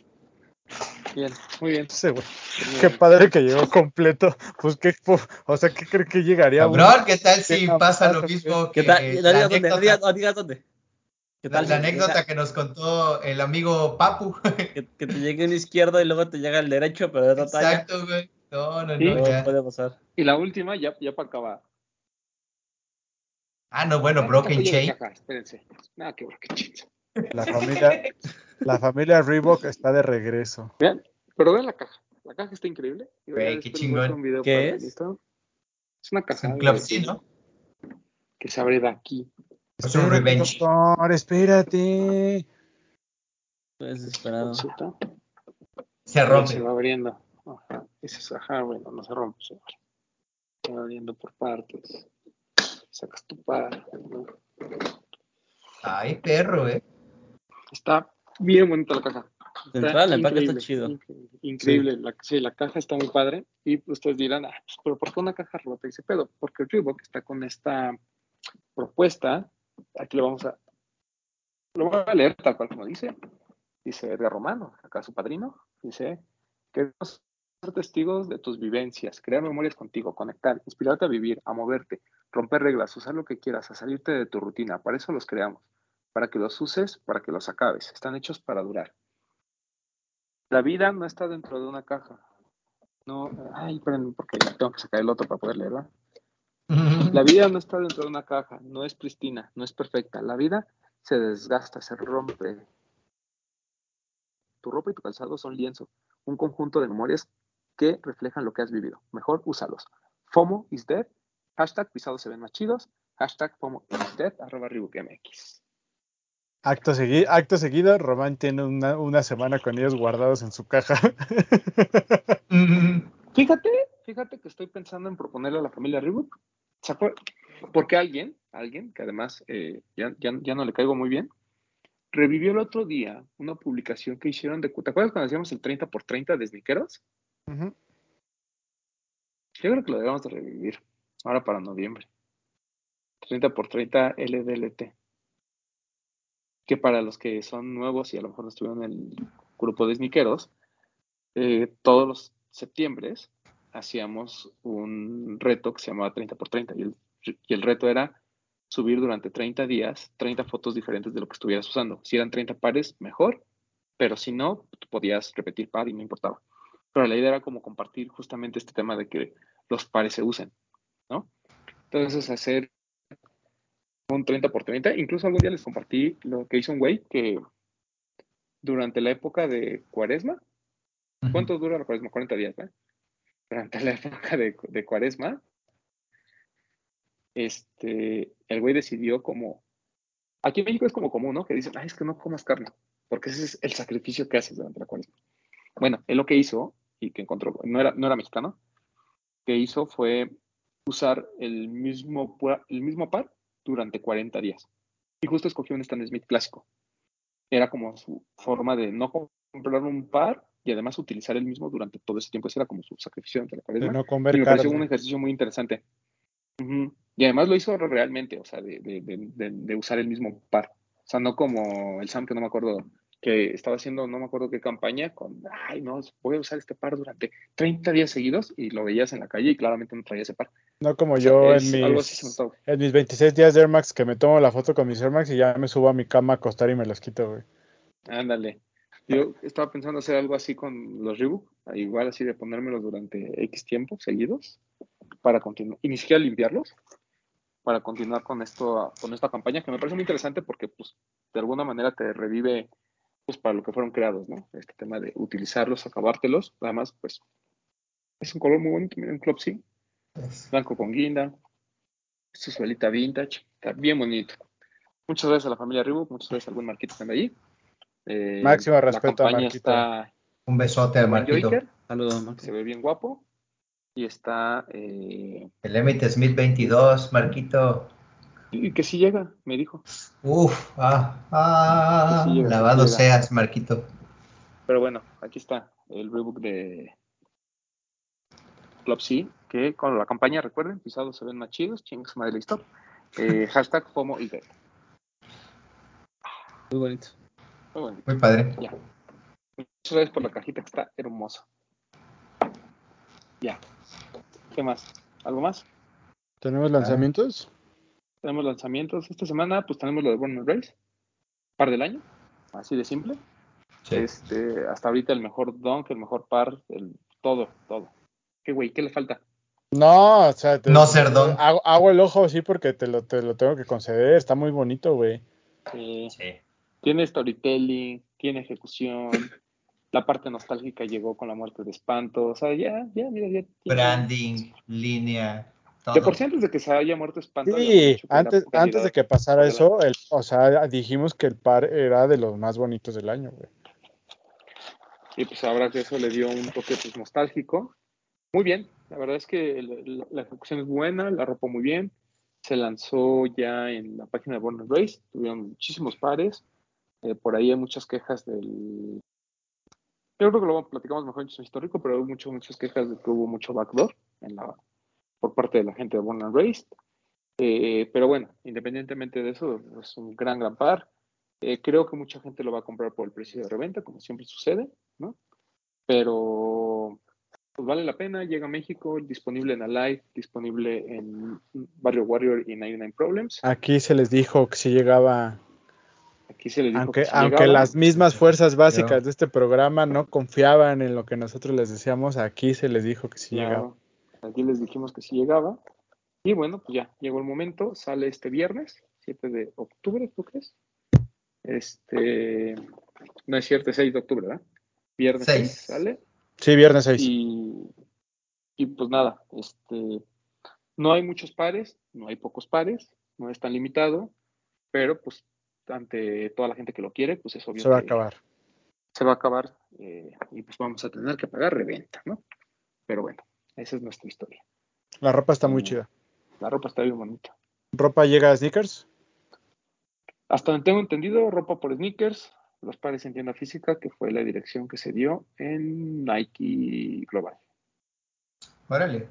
Bien, muy bien. Ese güey. Muy Qué bien. padre que llegó completo. Pues qué, po- o sea, ¿qué cree que llegaría uno? Cabrón, ¿qué tal ¿Qué si nada pasa más lo así? mismo ¿Qué tal? que No la digas dónde, no digas, anécdota? no digas dónde. ¿Qué La, tal? la si te anécdota llega- que nos contó el amigo Papu. que, que te llegue un izquierdo y luego te llega el derecho, pero de otra talla. Exacto, güey. No, no, Sí. no, Todo ya. puede pasar. Y la última, ya, ya para acabar. Ah, no, bueno, Esta Broken joya de Chain. caja, espérense. Nada, que Broken Chain. La familia, la familia Reebok está de regreso. Vean, pero vean la caja. La caja está increíble. Digo, ya Güey, qué después les voy a hacer chingón. un video ¿Qué para es? listo. Es una Es caja un Club de- C, ¿no? que se abre de aquí. Es un Espérate, Revenge. doctor, espérate. Estoy desesperado. ¿Cierto? Se Ya rompe. se va abriendo. Ajá. Ese es, ajá, bueno, no se rompe, se abre. Se va abriendo por partes. Sacas tu par, ¿no? Ay, perro, eh. Está bien bonita la caja. De Está entrada, el empaque está increíble, chido. increíble, increíble. La, sí, la caja está muy padre. Y ustedes dirán, ah, pues, pero ¿por qué una caja rota? Dice, pedo, porque Reebok está con esta propuesta. Aquí lo vamos a, lo voy a leer tal cual como dice. Dice Edgar Romano, acá su padrino. Dice, queremos ser testigos de tus vivencias, crear memorias contigo, conectar, inspirarte a vivir, a moverte, romper reglas, usar lo que quieras, a salirte de tu rutina. Para eso los creamos. Para que los uses, para que los acabes. Están hechos para durar. La vida no está dentro de una caja. No, ay, esperen, porque tengo que sacar el otro para poder leerla. La vida no está dentro de una caja, no es pristina, no es perfecta. La vida se desgasta, se rompe. Tu ropa y tu calzado son lienzo, un conjunto de memorias que reflejan lo que has vivido. Mejor úsalos. FOMO is dead, hashtag pisados se ven más chidos, hashtag FOMO is dead, arroba Reebok M X. Acto, segui- acto seguido, Román tiene una, una semana con ellos guardados en su caja. Fíjate, fíjate que estoy pensando en proponerle a la familia Reebok. ¿Se acuerdan? Porque alguien, alguien que además eh, ya, ya, ya no le caigo muy bien, revivió el otro día una publicación que hicieron de... ¿Te acuerdas cuando hacíamos el treinta por treinta de sneakeros? Ujú. Yo creo que lo debemos de revivir ahora para noviembre. treinta por treinta L D L T. Que para los que son nuevos y a lo mejor no estuvieron en el grupo de sneakeros, eh, todos los septiembres hacíamos un reto que se llamaba treinta por treinta. Y el, y el reto era subir durante treinta días treinta fotos diferentes de lo que estuvieras usando. Si eran treinta pares, mejor. Pero si no, podías repetir par y no importaba. Pero la idea era como compartir justamente este tema de que los pares se usen, ¿no? Entonces, hacer un treinta por treinta. Incluso algún día les compartí lo que hizo un güey que durante la época de Cuaresma, ¿cuánto dura la Cuaresma? cuarenta días, ¿verdad? Durante la época de, de Cuaresma, este, el güey decidió como, aquí en México es como común, ¿no? Que dicen, ay, es que no comas carne, porque ese es el sacrificio que haces durante la Cuaresma. Bueno, él lo que hizo, y que encontró, no era, no era mexicano, que hizo fue usar el mismo, el mismo par durante cuarenta días. Y justo escogió un Stan Smith clásico. Era como su forma de no comprar un par y además utilizar el mismo durante todo ese tiempo. Ese era como su sacrificio ante la De Cuaresma. no Y comer me pareció un carne. ejercicio muy interesante. Uh-huh. Y además lo hizo realmente, o sea, de, de, de, de, usar el mismo par. O sea, no como el Sam, que no me acuerdo, que estaba haciendo, no me acuerdo qué campaña, con, ay, no, voy a usar este par durante treinta días seguidos, y lo veías en la calle y claramente no traía ese par. No como O sea, yo es, en algo así se mis, notó. en mis veintiséis días de Air Max que me tomo la foto con mis Air Max y ya me subo a mi cama a acostar y me los quito, güey. Ándale. Yo estaba pensando hacer algo así con los Reebok, igual así de ponérmelos durante X tiempo seguidos, para continuar, y ni siquiera limpiarlos, para continuar con esto, con esta campaña, que me parece muy interesante porque, pues, de alguna manera te revive, pues, para lo que fueron creados, ¿no? Este tema de utilizarlos, acabártelos. Además, pues, es un color muy bonito, miren, un Club C, blanco con guinda, su suelita vintage, está bien bonito. Muchas gracias a la familia Reebok, muchas gracias a algún Marquito que anda allí. Eh, Máximo la respeto a campaña Marquito. está Un besote el al buen Marquito. Joker, Saludos, Marco. se ve bien guapo, y está eh, El Emmett Smith veintidós, Marquito. y que sí llega, me dijo. Uf, ah, Que sí ah, llega, que sí lavado llega. seas, Marquito. Pero bueno, aquí está el Reebok de Club C, que con la campaña, recuerden, pisados se ven más chidos, chingas madre listo. Eh, hashtag FOMO y Muy bonito. Muy bonito. Muy padre. Ya. Muchas gracias por la cajita que está hermosa. Ya. ¿Qué más? ¿Algo más? ¿Tenemos lanzamientos? Tenemos lanzamientos. Esta semana, pues tenemos lo de Burner Race. par del año, así de simple. Sí. Este, hasta ahorita el mejor dunk, el mejor par, el, todo, todo. ¿Qué güey? ¿Qué le falta? No, o sea, te- No ser don. hago, hago el ojo sí porque te lo, te lo tengo que conceder. Está muy bonito, güey. Sí. Sí. Tiene storytelling, tiene ejecución, la parte nostálgica llegó con la muerte de Espanto, o sea, ya, ya, mira, ya tiene... Branding, línea, De por todo. sí antes de que se haya muerto Espanto habíamos Sí, dicho que era antes, antes de candidato que pasara por delante. eso, el, o sea, dijimos que el par era de los más bonitos del año, güey. Y pues ahora que eso le dio un toque pues, nostálgico. Muy bien, la verdad es que el- el- la ejecución es buena, la ropa muy bien. Se lanzó ya en la página de Born and Race, tuvieron muchísimos pares. Eh, por ahí hay muchas quejas del... Yo creo que lo platicamos mejor en su histórico, pero hay muchas, muchas quejas de que hubo mucho backdoor en la, por parte de la gente de Born and Raised. Eh, pero bueno, independientemente de eso, es un gran, gran par. Eh, creo que mucha gente lo va a comprar por el precio de reventa, como siempre sucede, ¿no? Pero pues vale la pena, llega a México, disponible en Alive, disponible en Barrio Warrior y noventa y nueve Problems. Aquí se les dijo que si llegaba, Aquí se les dijo aunque, que si aunque llegaba, las mismas fuerzas básicas Yo- de este programa no confiaban en lo que nosotros les decíamos, aquí se les dijo que sí llegaba. claro, aquí les dijimos que si llegaba. Y bueno, pues ya, llegó el momento, sale este viernes, siete de octubre, ¿tú crees? Este, no es cierto, es seis de octubre, ¿verdad? Viernes seis Seis. sale. Sí, viernes seis. Y, y pues nada, este, no hay muchos pares, no hay pocos pares, no es tan limitado, pero pues ante toda la gente que lo quiere, pues es obvio Se va a que acabar. se va a acabar eh, y pues vamos a tener que pagar reventa, ¿no? Pero bueno, esa es nuestra historia. La ropa está muy Eh, chida. la ropa está bien bonita. ¿Ropa llega a sneakers? Hasta donde tengo entendido, ropa por sneakers, los pares en tienda física, que fue la dirección que se dio en Nike Global. Órale.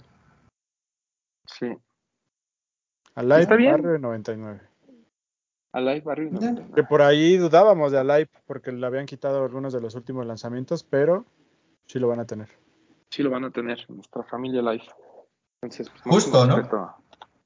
Sí. Alive Está bien. Barrio noventa y nueve. Alive Barrio Ya. noventa y Que nueve. por ahí dudábamos de Alive porque le habían quitado algunos de los últimos lanzamientos, pero sí lo van a tener. Sí lo van a tener, nuestra familia Live. Entonces, pues, Justo, máximo ¿no? respeto.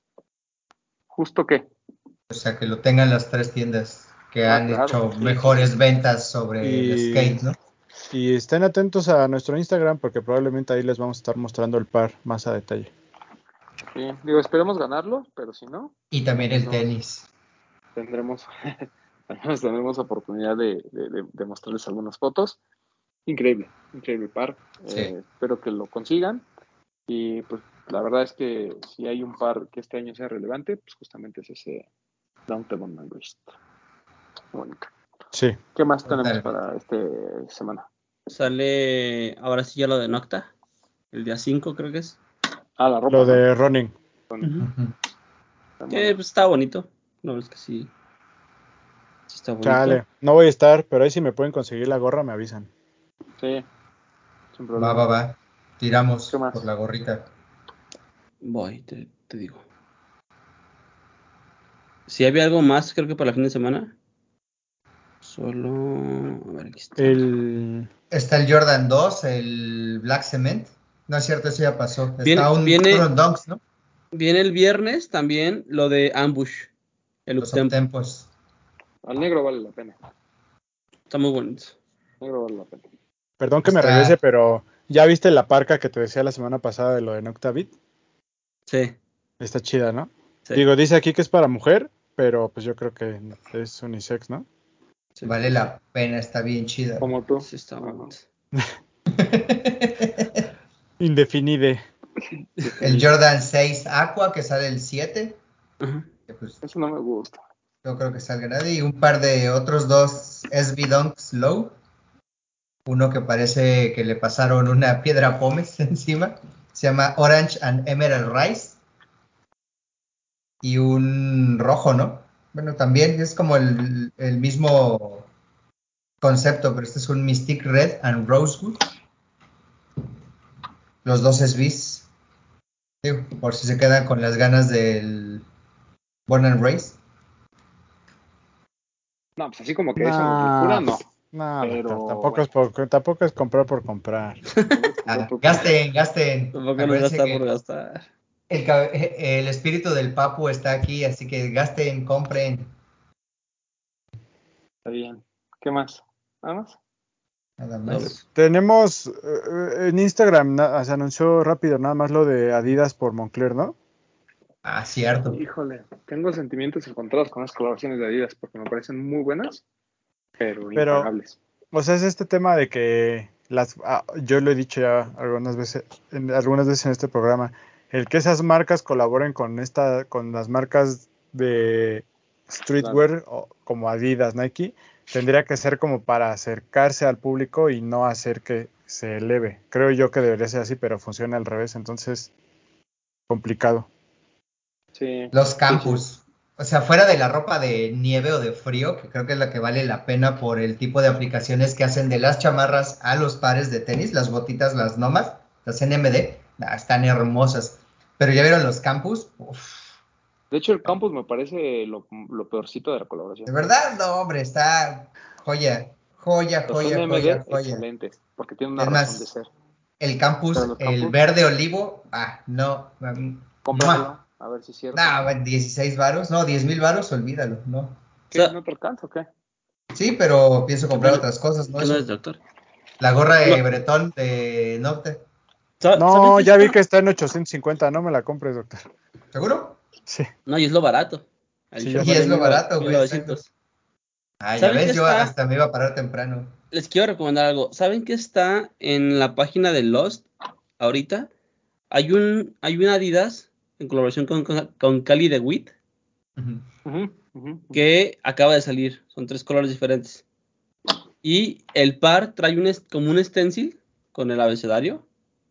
¿Justo qué? O sea, que lo tengan las tres tiendas que Ah, han claro. hecho Sí, mejores sí, sí. ventas sobre el Y, skate, ¿no? y estén atentos a nuestro Instagram porque probablemente ahí les vamos a estar mostrando el par más a detalle. Sí, digo, esperemos ganarlo, pero si no, Y pues, al también el menos tenis. tendremos, al menos tendremos oportunidad de, de, de- de mostrarles algunas fotos. Increíble, increíble par. Sí. Eh, espero que lo consigan. Y pues la verdad es que si hay un par que este año sea relevante, pues justamente es ese Downtown and Wrist. Bonito. Sí. ¿Qué más tenemos Totalmente. para esta semana? Sale ahora sí ya lo de Nocta, el día cinco creo que es. Ah, la ropa, Lo ¿no? de running. Bonito. Ujú. Ujú. Está Que mono. pues está bonito. No, es que sí. Sí está bonito. Chale, no voy a estar, pero ahí si me pueden conseguir la gorra me avisan. Sí, sin Va, problema. va, va. Tiramos ¿Qué más? por la gorrita. Voy, te, te digo. Si había algo más, creo que para el fin de semana. Solo. A ver, aquí está. El Está el Jordan dos, el Black Cement. No es cierto, eso ya pasó. Viene, Está un viene, puro en Dunks, ¿no? viene el viernes también lo de Ambush. El Los Uptempo. uptempos. Al negro vale la pena. Está muy bonito. Negro vale la pena. Perdón que me Está- regrese, pero ¿ya viste la parca que te decía la semana pasada de lo de Noctavit? Sí, Está chida, ¿no? sí. Digo, dice aquí que es para mujer, pero pues yo creo que es unisex, ¿no? sí. Vale la pena, está bien chida. Como tú. Sí, está Ajá. bonito. Indefinide. El Jordan seis Aqua, que sale el siete. Ajá. Que pues Eso no me gusta. no creo que salga nadie. Y un par de otros dos S B Dunks Low. Uno que parece que le pasaron una piedra pómez encima. Se llama Orange and Emerald Rice. Y un rojo, ¿no? Bueno, también es como el, el mismo concepto, pero este es un Mystic Red and Rosewood. Los dos S Bs. Digo, por si se quedan con las ganas del Born and Raised. No, pues así como que eso nos No, locura, no. no, Pero doctor, tampoco, es bueno. por- tampoco es comprar por comprar. Ah, gasten, gasten. Tampoco nos Acuérdense gasta que por gastar. el, cabe- el espíritu del Papu está aquí, así que gasten, compren. Está bien. ¿Qué más? ¿Nada más? Nada No, más. Tenemos eh, en Instagram, na- se anunció rápido nada más lo de Adidas por Moncler, ¿no? Ah, cierto. Híjole, tengo sentimientos encontrados con las colaboraciones de Adidas porque me parecen muy buenas, pero Pero, impagables. o sea, es este tema de que las, ah, yo lo he dicho ya algunas veces, en, algunas veces en este programa, el que esas marcas colaboren con esta, con las marcas de streetwear o- como Adidas, Nike, tendría que ser como para acercarse al público y no hacer que se eleve. Creo yo que debería ser así, pero funciona al revés, entonces complicado. Sí, Los sí, sí. campus. O sea, fuera de la ropa de nieve o de frío, que creo que es la que vale la pena por el tipo de aplicaciones que hacen de las chamarras a los pares de tenis, las botitas, las Nomad, las N M D, ah, están hermosas. Pero ya vieron los campus. Uf, De hecho, el campus me parece lo, lo peorcito de la de colaboración. verdad, no, hombre, está joya, joya, Los joya, N M D, joya, joya. excelentes, porque tienen una Es razón de más, ser. el Pero campus, los el campus, verde olivo, ah, no, mm, cómpraselo, ¡mua! a ver si es cierto. No, dieciséis varos, no, diez mil varos, olvídalo, no. ¿Qué? sea, ¿No te alcanza o qué? Sí, pero pienso ¿qué comprar no, otras cosas, ¿no? qué no eres Eso. doctor? La gorra de No, Bretón de Nocte. ¿sabe- ¿saben No, qué ya vi está? que está en ochocientos cincuenta, no me la compres, doctor. ¿Seguro? Sí, No, y es lo barato. El sí, short ya Y sé. vale es lo mil nove- barato, güey, exacto. mil novecientos. Ah, ya ¿Saben qué ves, yo está? hasta me iba a parar temprano. Les quiero recomendar algo. ¿Saben qué está en la página de Lost ahorita? Hay un, hay un Adidas en colaboración con, con, con Cali de Witt Ujú. Ujú, ujú, ujú. que acaba de salir. Son tres colores diferentes. Y el par trae un est- como un stencil con el abecedario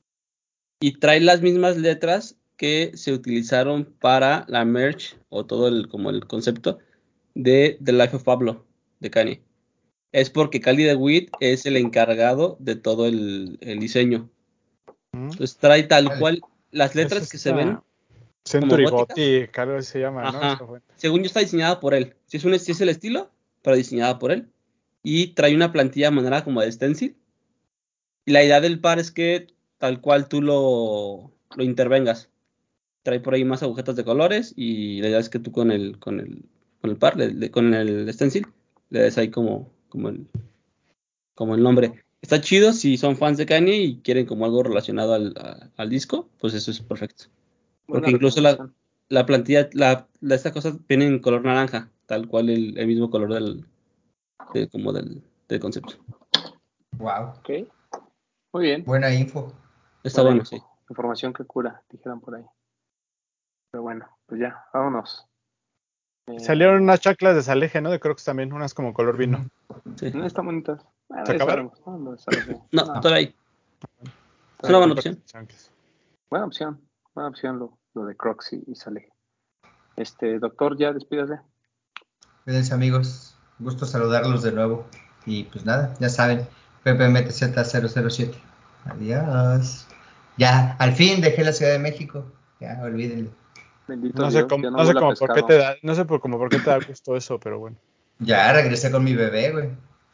y trae las mismas letras que se utilizaron para la merch o todo el como el concepto de The Life of Pablo de Kanye. Es porque Cali de Witt es el encargado de todo el, el diseño. ¿Mm? Entonces trae tal Dale. cual las Es letras que se ven esta como Century góticas. Gothic, algo así se llama, ¿no? Esta Ajá. fuente. Según yo está diseñada por él. Si es, un, si es el estilo, pero diseñada por él. Y trae una plantilla de manera como de stencil. Y la idea del par es que tal cual tú lo, lo intervengas. Trae por ahí más agujetas de colores y la idea es que tú con el, con el, con el par, le- le- con el stencil, le des ahí como, como el, como el nombre. Está chido si son fans de Kanye y quieren como algo relacionado al, a- al disco, pues eso es perfecto. Buena Porque incluso la, recomendación. la plantilla, la, la- esta cosa viene en color naranja, tal cual el, el mismo color del, de- como del, del concepto. Wow, Ok, muy bien. buena info. Está Buena bueno, info. sí. Información que cura, dijeron por ahí. Pero bueno, pues ya, vámonos. Eh, Salieron unas chaclas de Saleje, ¿no? De Crocs también, unas como color vino. Sí. no están bonitas. Bueno, ¿Se ya acabaron? sabemos, ¿no? Lo de Salehe. No, No, todavía hay. Es está una buena bien. Compras opción. chanclas. Buena opción. Buena opción lo, lo de Crocs y, y Salehe. Este, doctor, ya despídase. Cuídense, amigos. Gusto saludarlos de nuevo. Y pues nada, ya saben, P P M T Z cero cero siete. Adiós. Ya, al fin dejé la Ciudad de México. Ya, olvídenlo. Bendito No sé Dios, cómo, ya no no sé huele a cómo por qué pescado. te da, no sé por cómo por qué te da gusto eso, pero bueno. Ya regresé con mi bebé, güey.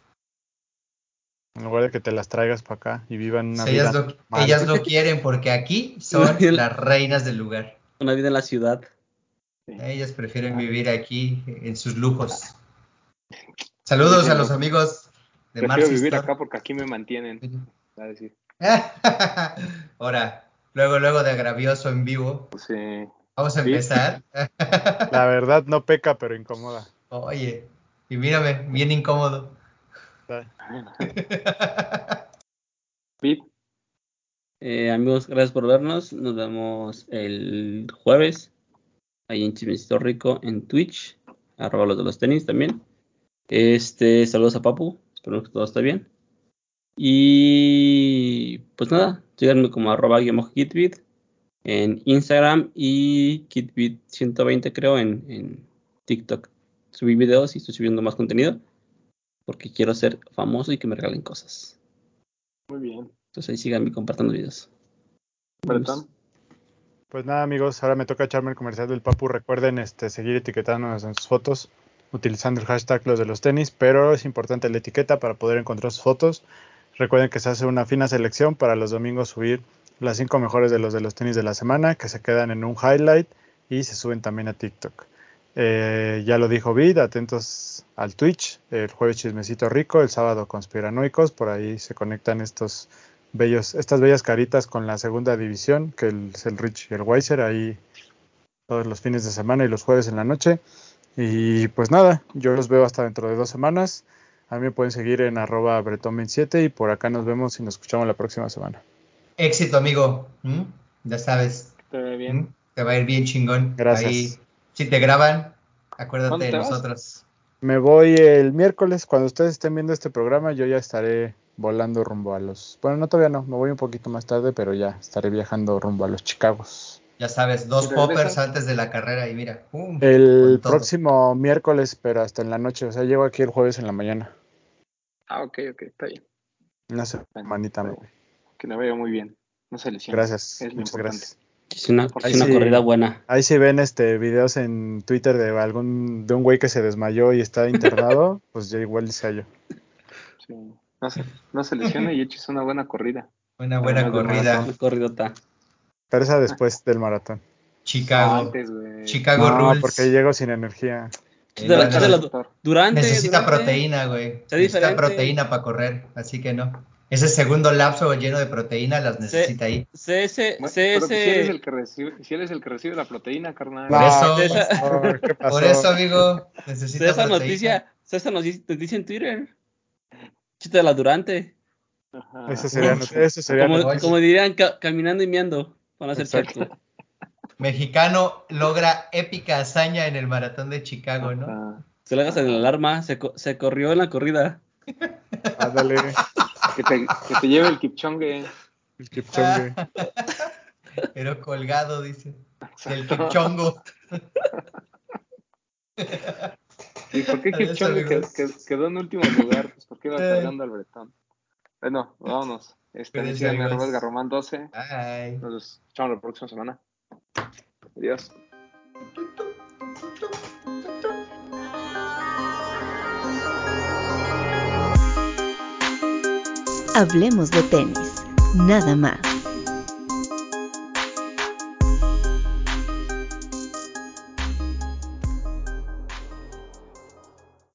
En lugar de que te las traigas para acá y vivan una Si ellas vida lo, normal. ellas lo quieren porque aquí Una son vida, las reinas del lugar. una vida en la ciudad. Sí. Ellas prefieren Ah, vivir aquí en sus lujos. como Saludos a dicen los los, amigos de prefiero Marcy vivir Store. acá porque aquí me mantienen. Va a decir. Ahora, luego, luego de agravioso en vivo. Pues, eh, Vamos a Pip, empezar. La verdad no peca, pero incomoda. Oye, y mírame, bien incómodo. Pip, Eh, amigos, gracias por vernos. Nos vemos el jueves ahí en Chismecito Rico en Twitch. Arroba los de los tenis también. Este, saludos a Papu. Espero que todo esté bien. Y pues nada, síganme como arroba guión bajo kitbit en Instagram y kitbit ciento veinte creo en, en TikTok. Subí videos y estoy subiendo más contenido porque quiero ser famoso y que me regalen cosas. muy bien. Entonces ahí síganme compartiendo videos. Bretón, Pues nada, amigos, ahora me toca echarme el comercial del Papu. Recuerden este, seguir etiquetándonos en sus fotos utilizando el hashtag los de los tenis, pero es importante la etiqueta para poder encontrar sus fotos. Recuerden que se hace una fina selección para los domingos subir las cinco mejores de los de los tenis de la semana que se quedan en un highlight y se suben también a TikTok. Eh, ya lo dijo Vid, atentos al Twitch. El jueves Chismecito Rico, el sábado Conspiranoicos. Por ahí se conectan estos bellos, estas bellas caritas con la segunda división, que es el Rich y el Weiser, ahí todos los fines de semana y los jueves en la noche. Y pues nada, yo los veo hasta dentro de dos semanas. A mí me pueden seguir en arroba bretón veintisiete y por acá nos vemos y nos escuchamos la próxima semana. Éxito, amigo. ¿Mm? Ya sabes. Te ve bien. ¿Mm? Te va a ir bien chingón. Gracias. Ahí, si te graban, acuérdate ¿Cuándo de te vas? nosotros. Me voy el miércoles, cuando ustedes estén viendo este programa, yo ya estaré volando rumbo a los... Bueno, no, todavía no, me voy un poquito más tarde, pero ya estaré viajando rumbo a los Chicagos. Ya sabes, dos ¿Y regresas? poppers antes de la carrera y mira, ¡pum! El con todo. próximo miércoles, pero hasta en la noche, o sea, llego aquí el jueves en la mañana. Ah, ok, ok, está bien. Una Bueno, semanita. está me bien. voy. Que le vaya muy bien. No se lesione. Gracias, Es lo muchas importante. gracias. Es una, Por es ahí una sí. corrida buena. Ahí sí ven este videos en Twitter de algún de un güey que se desmayó y está internado, pues ya igual sea yo. Sí. No se, no se lesione y eches una buena corrida. Una buena Además del corrida. maratón. Una corridota. Pero esa después del maratón. Chicago. No, antes, güey. Chicago No, Rules. porque llego sin energía. Eh, Échatela- no, Cuéntale, échatela neces- du- doctor. durante, necesita durante. proteína, güey. Sea Necesita diferente. proteína para correr, así que no. Ese segundo lapso lleno de proteína las necesita ahí. C S, Bueno, pero pues si él es C S, el que recibe, si él es el que recibe la proteína, carnal. Por No, eso, ¿qué pasó? ¿Qué pasó? por eso, amigo, sé necesita esa proteína. noticia, sé esa noticia, noticia en Twitter. Échatela durante. Ajá. Eso sería, Uf. eso sería Como, Oye. como dirían, ca- caminando y miando. Van a ser Exacto. checo. Mexicano logra épica hazaña en el maratón de Chicago, ¿no? Ajá. Se le hagas en la Ajá. alarma, se, co- se corrió en la corrida. Ándale, Que te, que te lleve el Kipchonge. el Kipchoge. Pero colgado, dice. Del Exacto. Kipchongo. ¿Y por qué Adiós, Kipchonge que- amigos. que- quedó en último lugar? Pues porque iba Ay. cargando al Bretón. Bueno, vámonos. Este, Cuídense, síganme amigos. arroba Garromán doce. Bye. Nos escuchamos la próxima semana. Adiós. Hablemos de tenis, nada más.